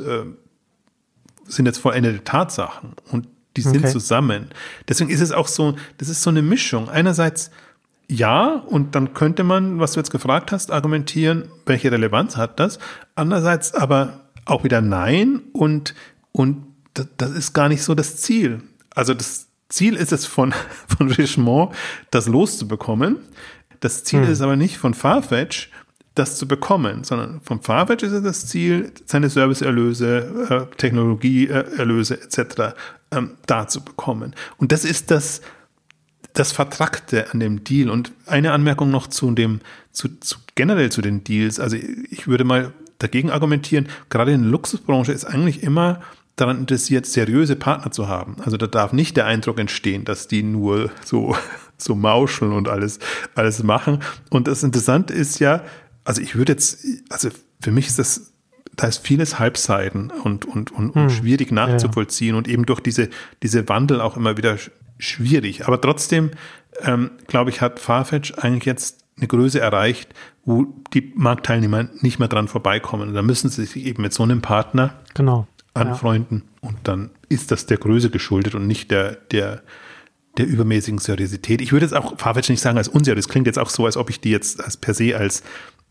sind jetzt vollendete Tatsachen und die sind zusammen. Deswegen ist es auch so, das ist so eine Mischung. Einerseits ja, und dann könnte man, was du jetzt gefragt hast, argumentieren, welche Relevanz hat das? Andererseits aber auch wieder nein und das ist gar nicht so das Ziel. Also das Ziel ist es von Richemont, das loszubekommen. Das Ziel ist aber nicht von Farfetch, das zu bekommen, sondern vom Farfetch ist es das Ziel, seine Serviceerlöse, Technologieerlöse etc. Da zu bekommen. Und das ist das Vertrackte an dem Deal. Und eine Anmerkung noch generell zu den Deals. Also ich würde mal dagegen argumentieren, gerade in der Luxusbranche ist eigentlich immer daran interessiert, seriöse Partner zu haben. Also da darf nicht der Eindruck entstehen, dass die nur so mauscheln und alles machen. Und das Interessante ist ja, also für mich ist da ist vieles Halbseiten und schwierig nachzuvollziehen und eben durch diese Wandel auch immer wieder schwierig. Aber trotzdem, glaube ich, hat Farfetch eigentlich jetzt eine Größe erreicht, wo die Marktteilnehmer nicht mehr dran vorbeikommen. Und da müssen sie sich eben mit so einem Partner anfreunden. Und dann ist das der Größe geschuldet und nicht der übermäßigen Seriosität. Ich würde jetzt auch Farfetch nicht sagen als unseriös. Das klingt jetzt auch so, als ob ich die jetzt per se als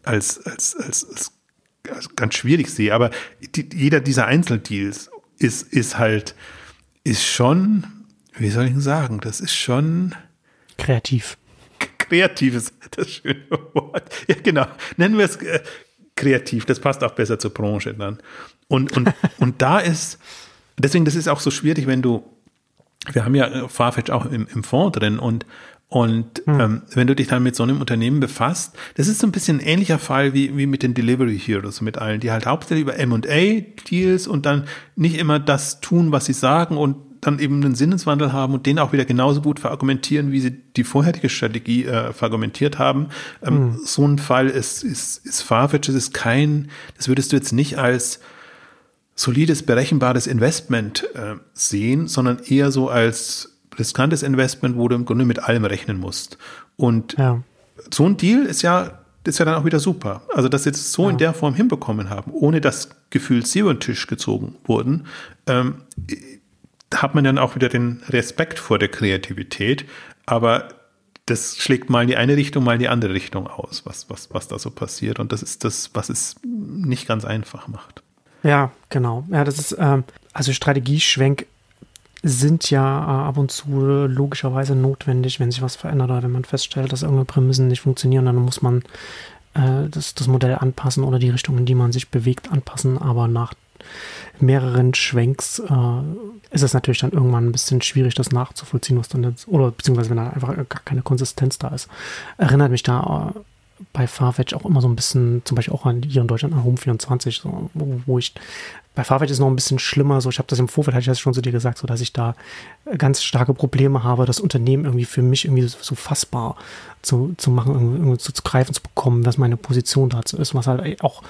ganz schwierig sehe, aber jeder dieser Einzeldeals ist schon, wie soll ich denn sagen, das ist schon kreativ. Kreativ ist das schöne Wort. Ja, genau. Nennen wir es kreativ, das passt auch besser zur Branche dann. Und da ist, deswegen, das ist auch so schwierig, wir haben ja Farfetch auch im Fonds drin und Und wenn du dich dann mit so einem Unternehmen befasst, das ist so ein bisschen ein ähnlicher Fall wie mit den Delivery Heroes, mit allen, die halt hauptsächlich über M&A-Deals und dann nicht immer das tun, was sie sagen und dann eben einen Sinneswandel haben und den auch wieder genauso gut verargumentieren, wie sie die vorherige Strategie verargumentiert haben. So ein Fall ist Farfetch, das ist das würdest du jetzt nicht als solides, berechenbares Investment sehen, sondern eher so als riskantes Investment, wo du im Grunde mit allem rechnen musst. Und so ein Deal ist ja dann auch wieder super. Also, dass sie das so in der Form hinbekommen haben, ohne dass gefühlt sie über den Tisch gezogen wurden, hat man dann auch wieder den Respekt vor der Kreativität. Aber das schlägt mal in die eine Richtung, mal in die andere Richtung aus, was da so passiert. Und das ist das, was es nicht ganz einfach macht. Ja, genau. Ja, das ist, also Strategieschwenk sind ja ab und zu logischerweise notwendig, wenn sich was verändert oder wenn man feststellt, dass irgendeine Prämissen nicht funktionieren, dann muss man das Modell anpassen oder die Richtung, in die man sich bewegt, anpassen. Aber nach mehreren Schwenks ist es natürlich dann irgendwann ein bisschen schwierig, das nachzuvollziehen, was dann jetzt, oder beziehungsweise wenn da einfach gar keine Konsistenz da ist. Erinnert mich da bei Farfetch auch immer so ein bisschen, zum Beispiel auch hier in Deutschland an Home24, so, wo ich, bei Farfetch ist noch ein bisschen schlimmer, so ich habe das im Vorfeld, hatte ich das schon zu dir gesagt, so dass ich da ganz starke Probleme habe, das Unternehmen irgendwie für mich irgendwie so fassbar zu machen, irgendwie zu greifen zu bekommen, was meine Position dazu ist, was halt auch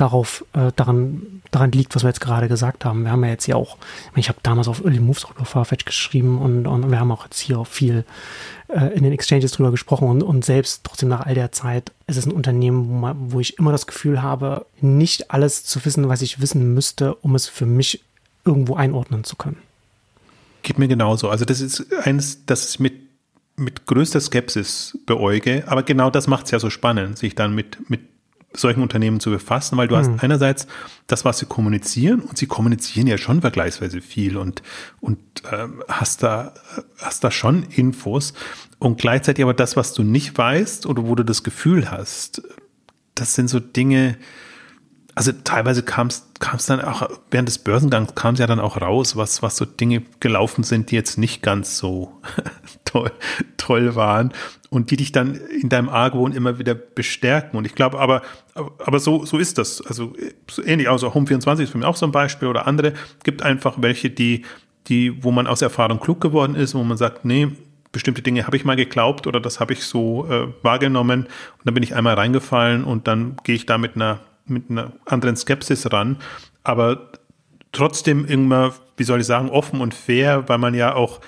daran liegt, was wir jetzt gerade gesagt haben. Wir haben ja jetzt hier auch, ich habe damals auf Early Moves auch über Farfetch geschrieben und wir haben auch jetzt hier auch viel in den Exchanges drüber gesprochen und selbst trotzdem nach all der Zeit ist es ein Unternehmen, wo ich immer das Gefühl habe, nicht alles zu wissen, was ich wissen müsste, um es für mich irgendwo einordnen zu können. Geht mir genauso. Also das ist eines, das ich mit größter Skepsis beäuge, aber genau das macht es ja so spannend, sich dann mit solchen Unternehmen zu befassen, weil du hast einerseits das, was sie kommunizieren, und sie kommunizieren ja schon vergleichsweise viel und hast da schon Infos, und gleichzeitig aber das, was du nicht weißt oder wo du das Gefühl hast, das sind so Dinge, also teilweise kam es dann auch, während des Börsengangs kam es ja dann auch raus, was so Dinge gelaufen sind, die jetzt nicht ganz so toll waren und die dich dann in deinem Argwohn immer wieder bestärken. Und ich glaube, aber so ist das. Also so ähnlich, also Home24 ist für mich auch so ein Beispiel oder andere. Gibt einfach welche, wo man aus Erfahrung klug geworden ist, wo man sagt, nee, bestimmte Dinge habe ich mal geglaubt oder das habe ich so wahrgenommen und dann bin ich einmal reingefallen und dann gehe ich da mit einer anderen Skepsis ran, aber trotzdem immer, wie soll ich sagen, offen und fair, weil man ja auch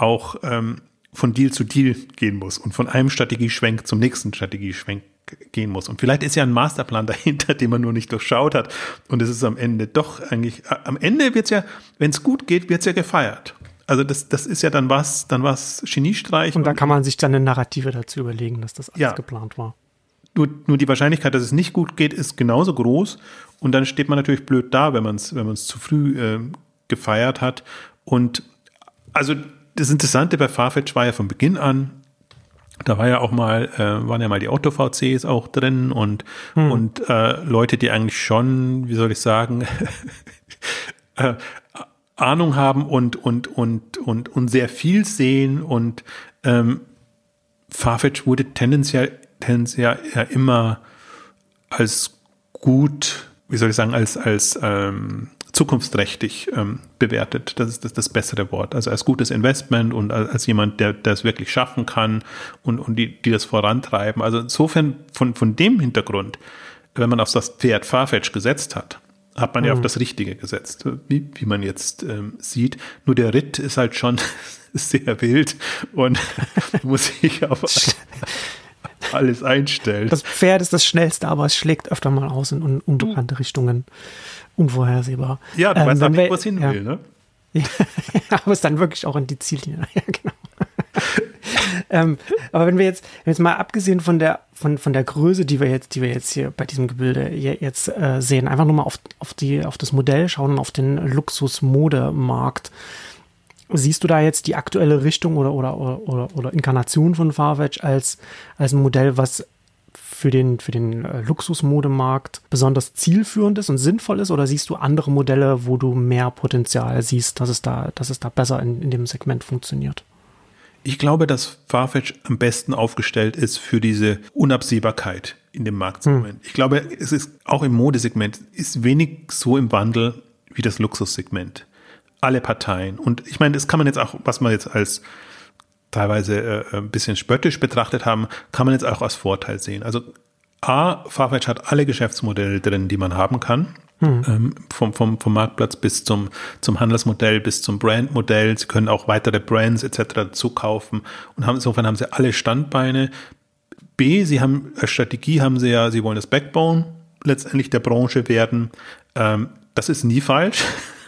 von Deal zu Deal gehen muss und von einem Strategieschwenk zum nächsten Strategieschwenk gehen muss. Und vielleicht ist ja ein Masterplan dahinter, den man nur nicht durchschaut hat. Und es ist am Ende doch eigentlich, am Ende wird es ja, wenn es gut geht, wird es ja gefeiert. Also das ist ja dann was Geniestreich. Und da kann man sich dann eine Narrative dazu überlegen, dass das alles geplant war. Nur die Wahrscheinlichkeit, dass es nicht gut geht, ist genauso groß. Und dann steht man natürlich blöd da, wenn man es zu früh gefeiert hat. Und also das Interessante bei Farfetch war ja von Beginn an, da war ja auch waren ja mal die Otto-VCs auch drin und Leute, die eigentlich schon, wie soll ich sagen, Ahnung haben und sehr viel sehen. Und Farfetch wurde tendenziell ja immer als gut, wie soll ich sagen, als zukunftsträchtig bewertet. Das ist das bessere Wort. Also als gutes Investment und als jemand, der es wirklich schaffen kann und die das vorantreiben. Also insofern von dem Hintergrund, wenn man auf das Pferd Farfetch gesetzt hat man ja auf das Richtige gesetzt, wie man jetzt sieht. Nur der Ritt ist halt schon sehr wild und muss sich auf alles einstellen. Das Pferd ist das Schnellste, aber es schlägt öfter mal aus in unbekannte Richtungen. Unvorhersehbar. Ja, du weißt auch nicht, wo es hin will, ne? Ja, aber es dann wirklich auch in die Ziellinie. Ja, genau. Aber wenn wir jetzt mal abgesehen von der Größe, die wir jetzt hier bei diesem Gebilde jetzt sehen, einfach nur mal auf das Modell schauen und auf den Luxusmodemarkt. Siehst du da jetzt die aktuelle Richtung oder Inkarnation von Farfetch als ein Modell, was für den Luxusmodemarkt besonders zielführend ist und sinnvoll ist, oder siehst du andere Modelle, wo du mehr Potenzial siehst, dass es da besser in dem Segment funktioniert? Ich glaube, dass Farfetch am besten aufgestellt ist für diese Unabsehbarkeit in dem Marktsegment. Ich glaube, es ist auch im Modesegment ist wenig so im Wandel wie das Luxussegment. Alle Parteien. Und ich meine, das kann man jetzt auch, was man jetzt als teilweise ein bisschen spöttisch betrachtet haben, kann man jetzt auch als Vorteil sehen. Also Farfetch hat alle Geschäftsmodelle drin, die man haben kann. Vom Marktplatz bis zum Handelsmodell, bis zum Brandmodell. Sie können auch weitere Brands etc. dazu kaufen. Und insofern haben sie alle Standbeine. B, sie haben als Strategie sie wollen das Backbone letztendlich der Branche werden. Das ist nie falsch.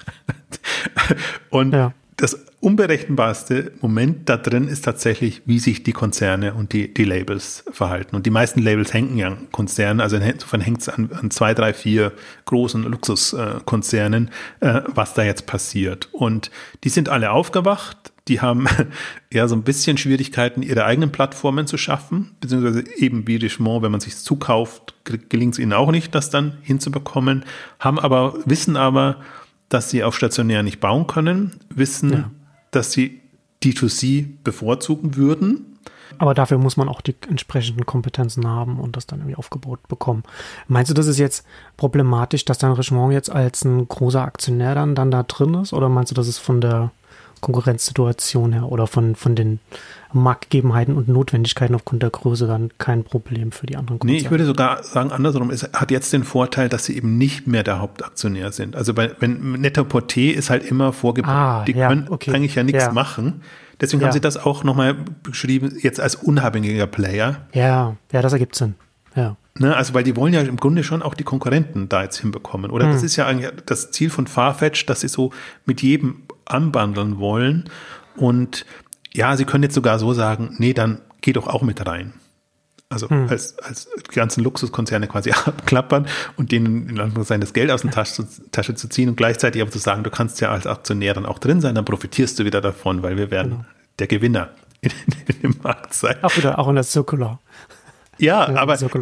Und das unberechenbarste Moment da drin ist tatsächlich, wie sich die Konzerne und die Labels verhalten. Und die meisten Labels hängen ja an Konzernen, also insofern hängt es an 2, 3, 4 großen Luxuskonzernen, was da jetzt passiert. Und die sind alle aufgewacht, die haben ja so ein bisschen Schwierigkeiten, ihre eigenen Plattformen zu schaffen, beziehungsweise eben wie Richemont, wenn man sich zukauft, gelingt es ihnen auch nicht, das dann hinzubekommen, wissen aber, dass sie auf stationär nicht bauen können, wissen, dass sie D2C bevorzugen würden. Aber dafür muss man auch die entsprechenden Kompetenzen haben und das dann irgendwie aufgebaut bekommen. Meinst du, das ist jetzt problematisch, dass dann Richemont jetzt als ein großer Aktionär dann da drin ist? Oder meinst du, das ist von der Konkurrenzsituation her oder von den Marktgegebenheiten und Notwendigkeiten aufgrund der Größe dann kein Problem für die anderen Konzerne? Nee, ich würde sogar sagen, andersrum, es hat jetzt den Vorteil, dass sie eben nicht mehr der Hauptaktionär sind. Also wenn Net-a-Porter ist halt immer vorgebunden. Die können eigentlich ja nichts machen. Deswegen haben sie das auch nochmal beschrieben, jetzt als unabhängiger Player. Ja, das ergibt Sinn. Ja. Ne, also weil die wollen ja im Grunde schon auch die Konkurrenten da jetzt hinbekommen. Oder das ist ja eigentlich das Ziel von Farfetch, dass sie so mit jedem anbandeln wollen. Und ja, sie können jetzt sogar so sagen, nee, dann geh doch auch mit rein. Also als die ganzen Luxuskonzerne quasi abklappern und denen in Anführungszeichen das Geld aus der Tasche zu ziehen und gleichzeitig aber zu sagen, du kannst ja als Aktionär dann auch drin sein, dann profitierst du wieder davon, weil wir werden der Gewinner in dem Markt sein. Auch in der Circular. Ja, aber sie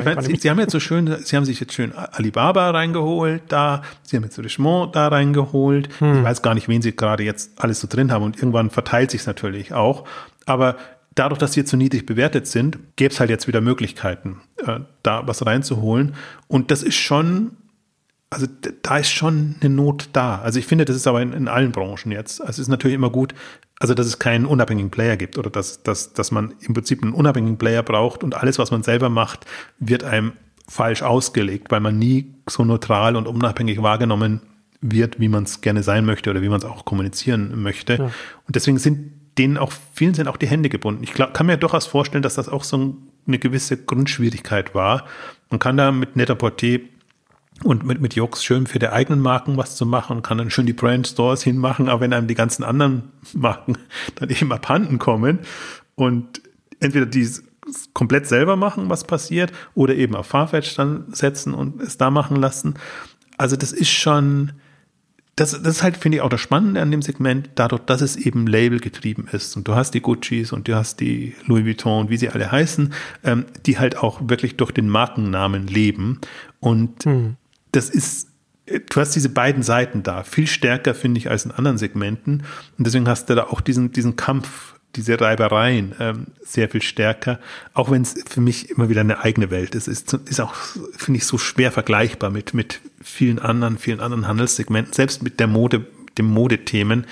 haben sich jetzt schön Alibaba reingeholt da, sie haben jetzt Richemont da reingeholt. Ich weiß gar nicht, wen sie gerade jetzt alles so drin haben und irgendwann verteilt sich es natürlich auch. Aber dadurch, dass sie jetzt so niedrig bewertet sind, gäbe es halt jetzt wieder Möglichkeiten, da was reinzuholen. Und das ist schon, also da ist schon eine Not da. Also ich finde, das ist aber in allen Branchen jetzt. Also es ist natürlich immer gut, also dass es keinen unabhängigen Player gibt oder dass man im Prinzip einen unabhängigen Player braucht und alles, was man selber macht, wird einem falsch ausgelegt, weil man nie so neutral und unabhängig wahrgenommen wird, wie man es gerne sein möchte oder wie man es auch kommunizieren möchte. Ja. Und deswegen vielen sind auch die Hände gebunden. Ich kann mir durchaus vorstellen, dass das auch so eine gewisse Grundschwierigkeit war. Man kann da mit Net-a-Porter und mit Yoox schön für die eigenen Marken was zu machen, kann dann schön die Brand-Stores hinmachen, aber wenn einem die ganzen anderen Marken dann eben abhanden kommen und entweder die komplett selber machen, was passiert, oder eben auf Farfetch dann setzen und es da machen lassen. Also das ist schon, das ist halt, finde ich, auch das Spannende an dem Segment, dadurch, dass es eben labelgetrieben ist. Und du hast die Guccis und du hast die Louis Vuitton und wie sie alle heißen, die halt auch wirklich durch den Markennamen leben. Und das ist, du hast diese beiden Seiten da, viel stärker, finde ich, als in anderen Segmenten. Und deswegen hast du da auch diesen Kampf, diese Reibereien sehr viel stärker, auch wenn es für mich immer wieder eine eigene Welt ist. Ist auch, finde ich, so schwer vergleichbar mit vielen anderen Handelssegmenten, selbst mit den Modethemen,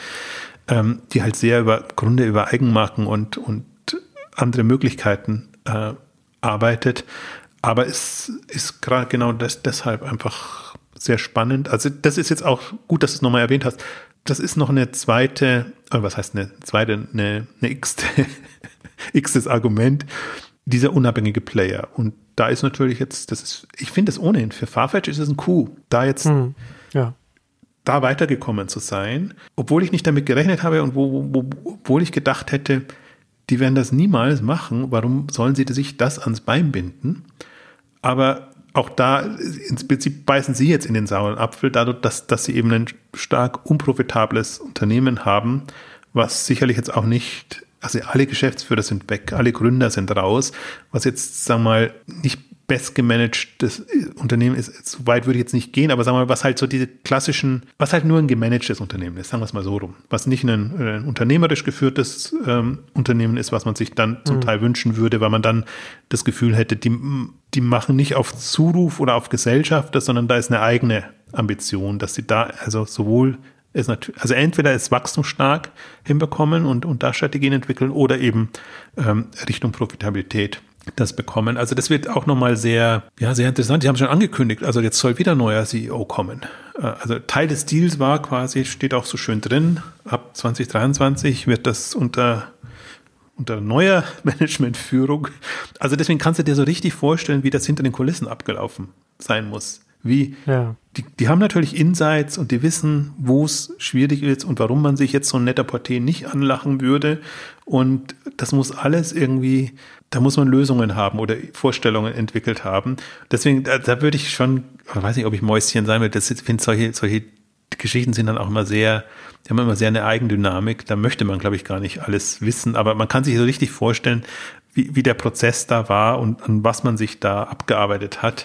die halt sehr über Eigenmarken und andere Möglichkeiten arbeitet. Aber es ist gerade genau deshalb einfach sehr spannend. Also das ist jetzt auch gut, dass du es nochmal erwähnt hast. Das ist noch eine zweite, was heißt eine x-tes Argument, dieser unabhängige Player. Und da ist natürlich jetzt, ich finde es ohnehin, für Farfetch ist es ein Coup, da jetzt da weitergekommen zu sein, obwohl ich nicht damit gerechnet habe und obwohl ich gedacht hätte, die werden das niemals machen, warum sollen sie sich das ans Bein binden? Aber auch da, im Prinzip beißen sie jetzt in den sauren Apfel, dadurch, dass sie eben ein stark unprofitables Unternehmen haben, was sicherlich jetzt auch nicht, also alle Geschäftsführer sind weg, alle Gründer sind raus, was jetzt, sagen wir mal, nicht bestgemanagtes Unternehmen ist, so weit würde ich jetzt nicht gehen, aber sagen wir mal, was halt so diese klassischen, was halt nur ein gemanagtes Unternehmen ist, sagen wir es mal so rum, was nicht ein unternehmerisch geführtes Unternehmen ist, was man sich dann zum Teil wünschen würde, weil man dann das Gefühl hätte, die machen nicht auf Zuruf oder auf Gesellschaft, sondern da ist eine eigene Ambition, dass sie da also sowohl also entweder es wachstumsstark hinbekommen und da Strategien entwickeln oder eben Richtung Profitabilität das bekommen. Also das wird auch nochmal sehr interessant. Die haben schon angekündigt, also jetzt soll wieder ein neuer CEO kommen. Also Teil des Deals war quasi, steht auch so schön drin, ab 2023 wird das unter neuer Managementführung. Also deswegen kannst du dir so richtig vorstellen, wie das hinter den Kulissen abgelaufen sein muss. Die haben natürlich Insights und die wissen, wo es schwierig ist und warum man sich jetzt so ein Net-a-Porter nicht anlachen würde. Und das muss alles irgendwie, da muss man Lösungen haben oder Vorstellungen entwickelt haben. Deswegen, da würde ich schon, ich weiß nicht, ob ich Mäuschen sein will, ich finde solche Geschichten sind dann auch immer die haben immer sehr eine Eigendynamik. Da möchte man, glaube ich, gar nicht alles wissen. Aber man kann sich so richtig vorstellen, wie der Prozess da war und an was man sich da abgearbeitet hat.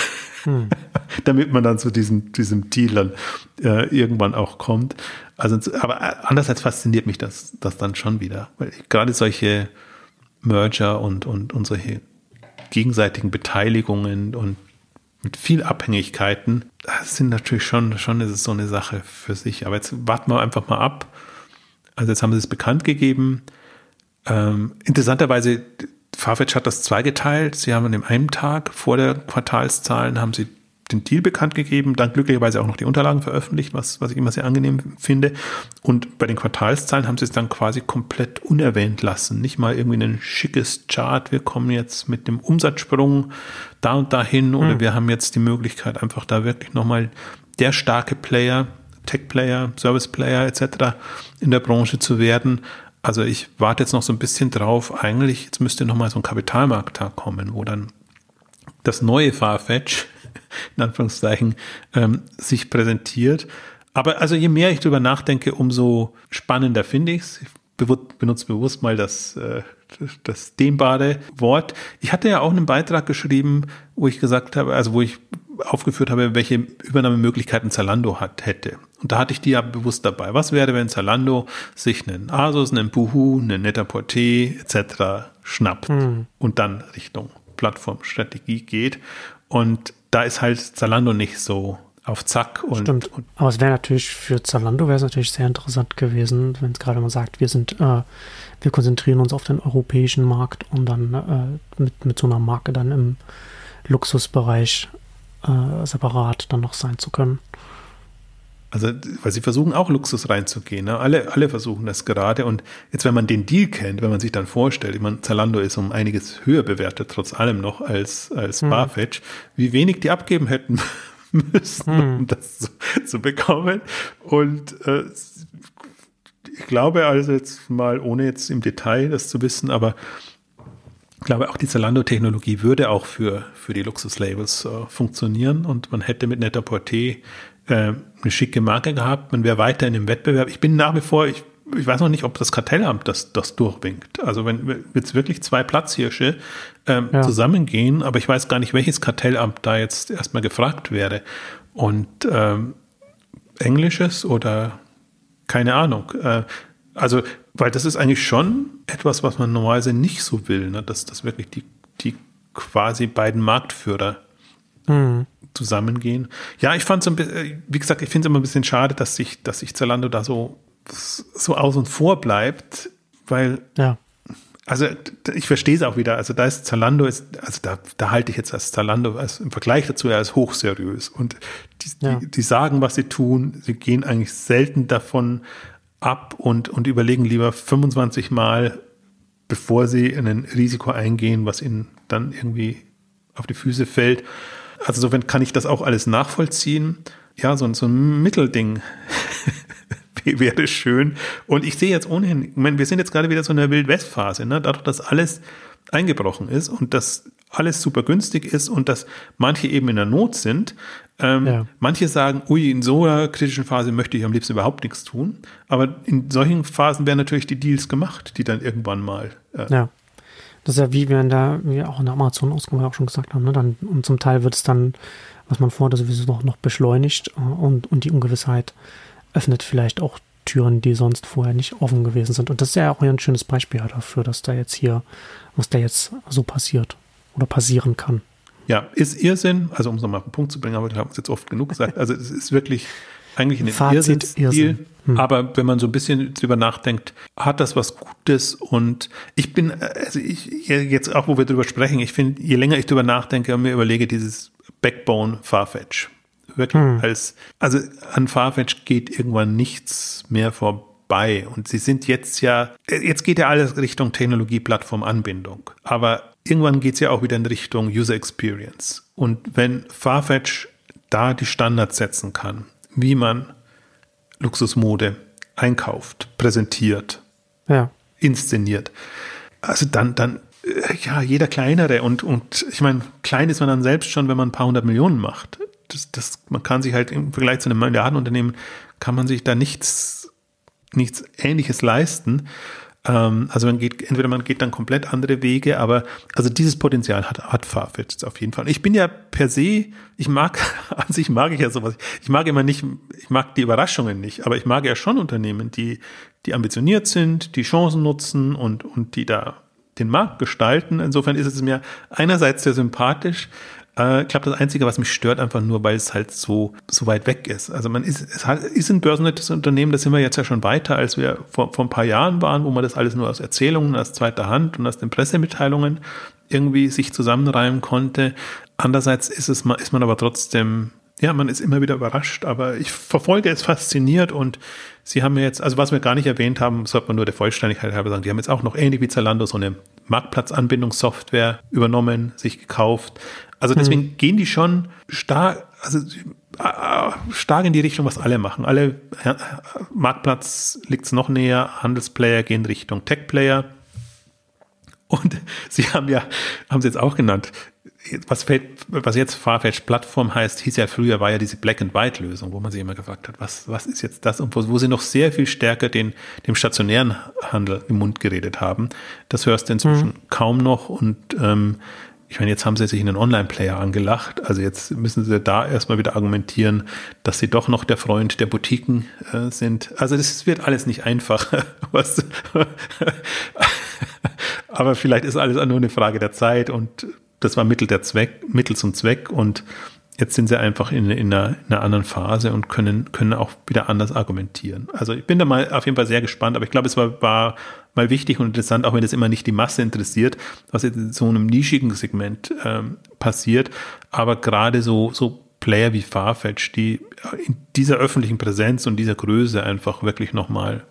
Damit man dann zu diesem Deal dann irgendwann auch kommt. Also, aber andererseits fasziniert mich das dann schon wieder, weil gerade solche Merger und solche gegenseitigen Beteiligungen und mit viel Abhängigkeiten, das sind natürlich schon ist es so eine Sache für sich. Aber jetzt warten wir einfach mal ab. Also jetzt haben sie es bekannt gegeben. Interessanterweise Farfetch hat das zweigeteilt. Sie haben an dem einen Tag vor der Quartalszahlen haben sie den Deal bekannt gegeben, dann glücklicherweise auch noch die Unterlagen veröffentlicht, was ich immer sehr angenehm finde. Und bei den Quartalszahlen haben sie es dann quasi komplett unerwähnt lassen. Nicht mal irgendwie ein schickes Chart, wir kommen jetzt mit dem Umsatzsprung da und dahin oder wir haben jetzt die Möglichkeit, einfach da wirklich nochmal der starke Player, Tech-Player, Service-Player etc. in der Branche zu werden. Also ich warte jetzt noch so ein bisschen drauf, eigentlich, jetzt müsste nochmal so ein Kapitalmarkttag kommen, wo dann das neue Farfetch, in Anführungszeichen, sich präsentiert. Aber also je mehr ich drüber nachdenke, umso spannender finde ich es. Ich benutze bewusst mal das dehnbare Wort. Ich hatte ja auch einen Beitrag geschrieben, wo ich gesagt habe, also wo ich aufgeführt habe, welche Übernahmemöglichkeiten Zalando hätte. Und da hatte ich die ja bewusst dabei. Was wäre, wenn Zalando sich einen Asus, einen Boohoo, einen Net-a-Porter etc. schnappt und dann Richtung Plattformstrategie geht? Und da ist halt Zalando nicht so auf Zack. Stimmt. Aber es wäre natürlich für Zalando sehr interessant gewesen, wenn es gerade mal sagt, wir konzentrieren uns auf den europäischen Markt und dann mit so einer Marke dann im Luxusbereich separat dann noch sein zu können. Also, weil sie versuchen auch Luxus reinzugehen. Ne? Alle versuchen das gerade. Und jetzt, wenn man den Deal kennt, wenn man sich dann vorstellt, ich meine, Zalando ist um einiges höher bewertet, trotz allem noch als Farfetch, wie wenig die abgeben hätten müssen, um das zu bekommen. Und ich glaube also jetzt mal, ohne jetzt im Detail das zu wissen, aber ich glaube, auch die Zalando-Technologie würde auch für die Luxuslabels funktionieren und man hätte mit Net-a-Porter eine schicke Marke gehabt, man wäre weiter in dem Wettbewerb. Ich bin nach wie vor, ich weiß noch nicht, ob das Kartellamt das durchwinkt. Also wenn jetzt wirklich zwei Platzhirsche zusammengehen, aber ich weiß gar nicht, welches Kartellamt da jetzt erstmal gefragt wäre. Und Englisches oder keine Ahnung. Also, weil das ist eigentlich schon etwas, was man normalerweise nicht so will, ne? Dass wirklich die quasi beiden Marktführer zusammengehen. Ja, ich fand es wie gesagt, ich finde es immer ein bisschen schade, dass sich Zalando da so außen vor bleibt, weil also ich verstehe es auch wieder, also da ist Zalando, da halte ich jetzt als Zalando im Vergleich dazu als hochseriös und die sagen, was sie tun, sie gehen eigentlich selten davon ab und überlegen lieber 25 Mal, bevor sie ein Risiko eingehen, was ihnen dann irgendwie auf die Füße fällt. Also insofern kann ich das auch alles nachvollziehen. Ja, so ein Mittelding wäre schön. Und ich sehe jetzt ohnehin, ich meine, wir sind jetzt gerade wieder so in der Wild-West-Phase, ne? Dadurch, dass alles eingebrochen ist und dass alles super günstig ist und dass manche eben in der Not sind. Manche sagen, in so einer kritischen Phase möchte ich am liebsten überhaupt nichts tun. Aber in solchen Phasen werden natürlich die Deals gemacht, die dann irgendwann mal Das ist ja wie wir auch in der Amazon-Ausgabe auch schon gesagt haben, ne? Und zum Teil wird es dann, was man vorher sowieso noch beschleunigt und die Ungewissheit öffnet vielleicht auch Türen, die sonst vorher nicht offen gewesen sind. Und das ist ja auch ein schönes Beispiel dafür, dass da jetzt was da jetzt so passiert oder passieren kann. Ja, ist Irrsinn, also um es nochmal auf den Punkt zu bringen, aber wir haben es jetzt oft genug gesagt, also es ist wirklich eigentlich ein Irrsinnsspiel, aber wenn man so ein bisschen drüber nachdenkt, hat das was Gutes und jetzt auch, wo wir drüber sprechen, ich finde, je länger ich drüber nachdenke und mir überlege, dieses Backbone Farfetch, wirklich an Farfetch geht irgendwann nichts mehr vorbei und sie sind jetzt geht ja alles Richtung Technologie-Plattform-Anbindung, aber irgendwann geht es ja auch wieder in Richtung User Experience. Und wenn Farfetch da die Standards setzen kann, wie man Luxusmode einkauft, präsentiert, inszeniert, also dann jeder kleinere und ich meine, klein ist man dann selbst schon, wenn man ein paar 100 Millionen macht. Man kann sich halt im Vergleich zu einem Milliardenunternehmen, kann man sich da nichts Ähnliches leisten. Also entweder man geht dann komplett andere Wege, aber also dieses Potenzial hat Farfetch auf jeden Fall. Ich bin ja per se, an sich mag ich ja sowas. Ich mag die Überraschungen nicht, aber ich mag ja schon Unternehmen, die ambitioniert sind, die Chancen nutzen und die da den Markt gestalten. Insofern ist es mir einerseits sehr sympathisch. Ich glaube, das Einzige, was mich stört, einfach nur, weil es halt so weit weg ist. Also es ist ein börsennotiertes Unternehmen, da sind wir jetzt ja schon weiter, als wir vor ein paar Jahren waren, wo man das alles nur aus Erzählungen, aus zweiter Hand und aus den Pressemitteilungen irgendwie sich zusammenreimen konnte. Andererseits ist man aber trotzdem, man ist immer wieder überrascht, aber ich verfolge es fasziniert und sie haben jetzt, also was wir gar nicht erwähnt haben, sollte man nur der Vollständigkeit halber sagen, die haben jetzt auch noch ähnlich wie Zalando so eine Marktplatzanbindungssoftware übernommen, sich gekauft. Also deswegen gehen die schon stark in die Richtung, was alle machen. Alle Marktplatz liegt es noch näher, Handelsplayer gehen Richtung Tech-Player. Und sie haben sie jetzt auch genannt, was jetzt Farfetch Plattform heißt, hieß ja früher, war ja diese Black-and-White-Lösung, wo man sich immer gefragt hat, was ist jetzt das? Und wo sie noch sehr viel stärker dem stationären Handel im Mund geredet haben. Das hörst du inzwischen kaum noch und ich meine, jetzt haben sie sich in einen Online-Player angelacht, also jetzt müssen sie da erstmal wieder argumentieren, dass sie doch noch der Freund der Boutiquen sind. Also das wird alles nicht einfach, aber vielleicht ist alles nur eine Frage der Zeit und das war Mittel zum Zweck und jetzt sind sie einfach in einer anderen Phase und können auch wieder anders argumentieren. Also ich bin da mal auf jeden Fall sehr gespannt, aber ich glaube, es war mal wichtig und interessant, auch wenn das immer nicht die Masse interessiert, was jetzt in so einem nischigen Segment passiert, aber gerade so Player wie Farfetch, die in dieser öffentlichen Präsenz und dieser Größe einfach wirklich nochmal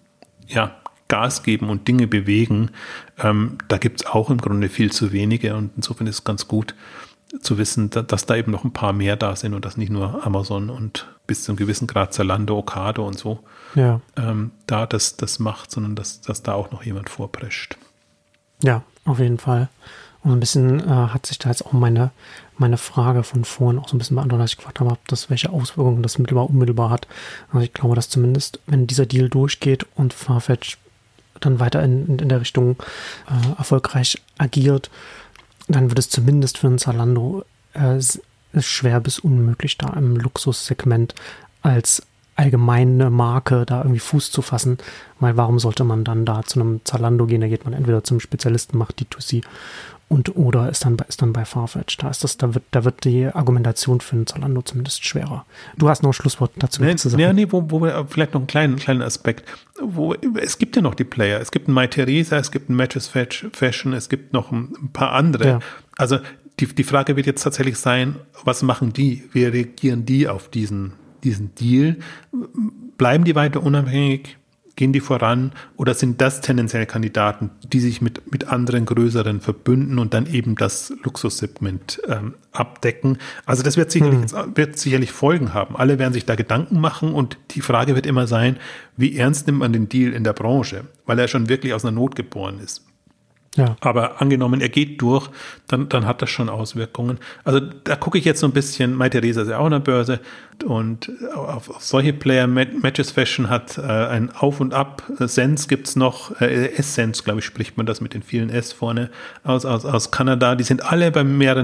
Gas geben und Dinge bewegen, da gibt es auch im Grunde viel zu wenige und insofern ist es ganz gut zu wissen, dass da eben noch ein paar mehr da sind und dass nicht nur Amazon und bis zu einem gewissen Grad Zalando, Ocado und so da das macht, sondern dass da auch noch jemand vorprescht. Ja, auf jeden Fall. Und ein bisschen hat sich da jetzt auch meine Frage von vorhin auch so ein bisschen beantwortet, als ich gefragt habe, welche Auswirkungen das unmittelbar hat. Also ich glaube, dass zumindest, wenn dieser Deal durchgeht und Farfetch dann weiter in der Richtung erfolgreich agiert, dann wird es zumindest für ein Zalando schwer bis unmöglich, da im Luxussegment als allgemeine Marke da irgendwie Fuß zu fassen, weil warum sollte man dann da zu einem Zalando gehen? Da geht man entweder zum Spezialisten, macht D2C oder ist dann bei Farfetch. Da wird die Argumentation für einen Zalando zumindest schwerer. Du hast noch ein Schlusswort dazu zu sagen. Nee, wo wir vielleicht noch einen kleinen Aspekt. Es gibt ja noch die Player. Es gibt einen Mytheresa, es gibt einen Matches Fashion, es gibt noch ein paar andere. Ja. Also die Frage wird jetzt tatsächlich sein, was machen die? Wie reagieren die auf diesen Deal? Bleiben die weiter unabhängig? Gehen die voran oder sind das tendenziell Kandidaten, die sich mit anderen größeren verbünden und dann eben das Luxussegment abdecken? Also das wird sicherlich Folgen haben. Alle werden sich da Gedanken machen und die Frage wird immer sein, wie ernst nimmt man den Deal in der Branche, weil er schon wirklich aus einer Not geboren ist. Ja. Aber angenommen, er geht durch, dann hat das schon Auswirkungen. Also da gucke ich jetzt so ein bisschen, MyTheresa ist ja auch an der Börse und auf solche Player, Matches Fashion hat ein Auf und Ab, Sense gibt's noch, Essence, glaube ich, spricht man das mit den vielen S vorne, aus Kanada, die sind alle bei mehreren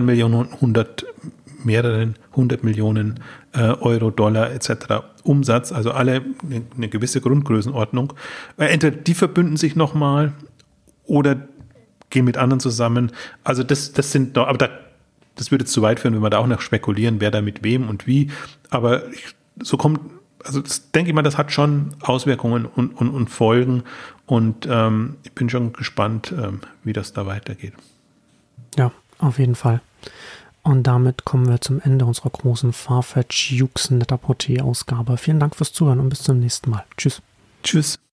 hundert Millionen Euro, Dollar etc. Umsatz, also alle eine gewisse Grundgrößenordnung. Entweder die verbünden sich nochmal oder gehen mit anderen zusammen. Also das sind noch, aber das würde zu weit führen, wenn wir da auch noch spekulieren, wer da mit wem und wie. Aber das denke ich mal, das hat schon Auswirkungen und Folgen. Und ich bin schon gespannt, wie das da weitergeht. Ja, auf jeden Fall. Und damit kommen wir zum Ende unserer großen Farfetch Yux Net-a-Porter Ausgabe. Vielen Dank fürs Zuhören und bis zum nächsten Mal. Tschüss. Tschüss.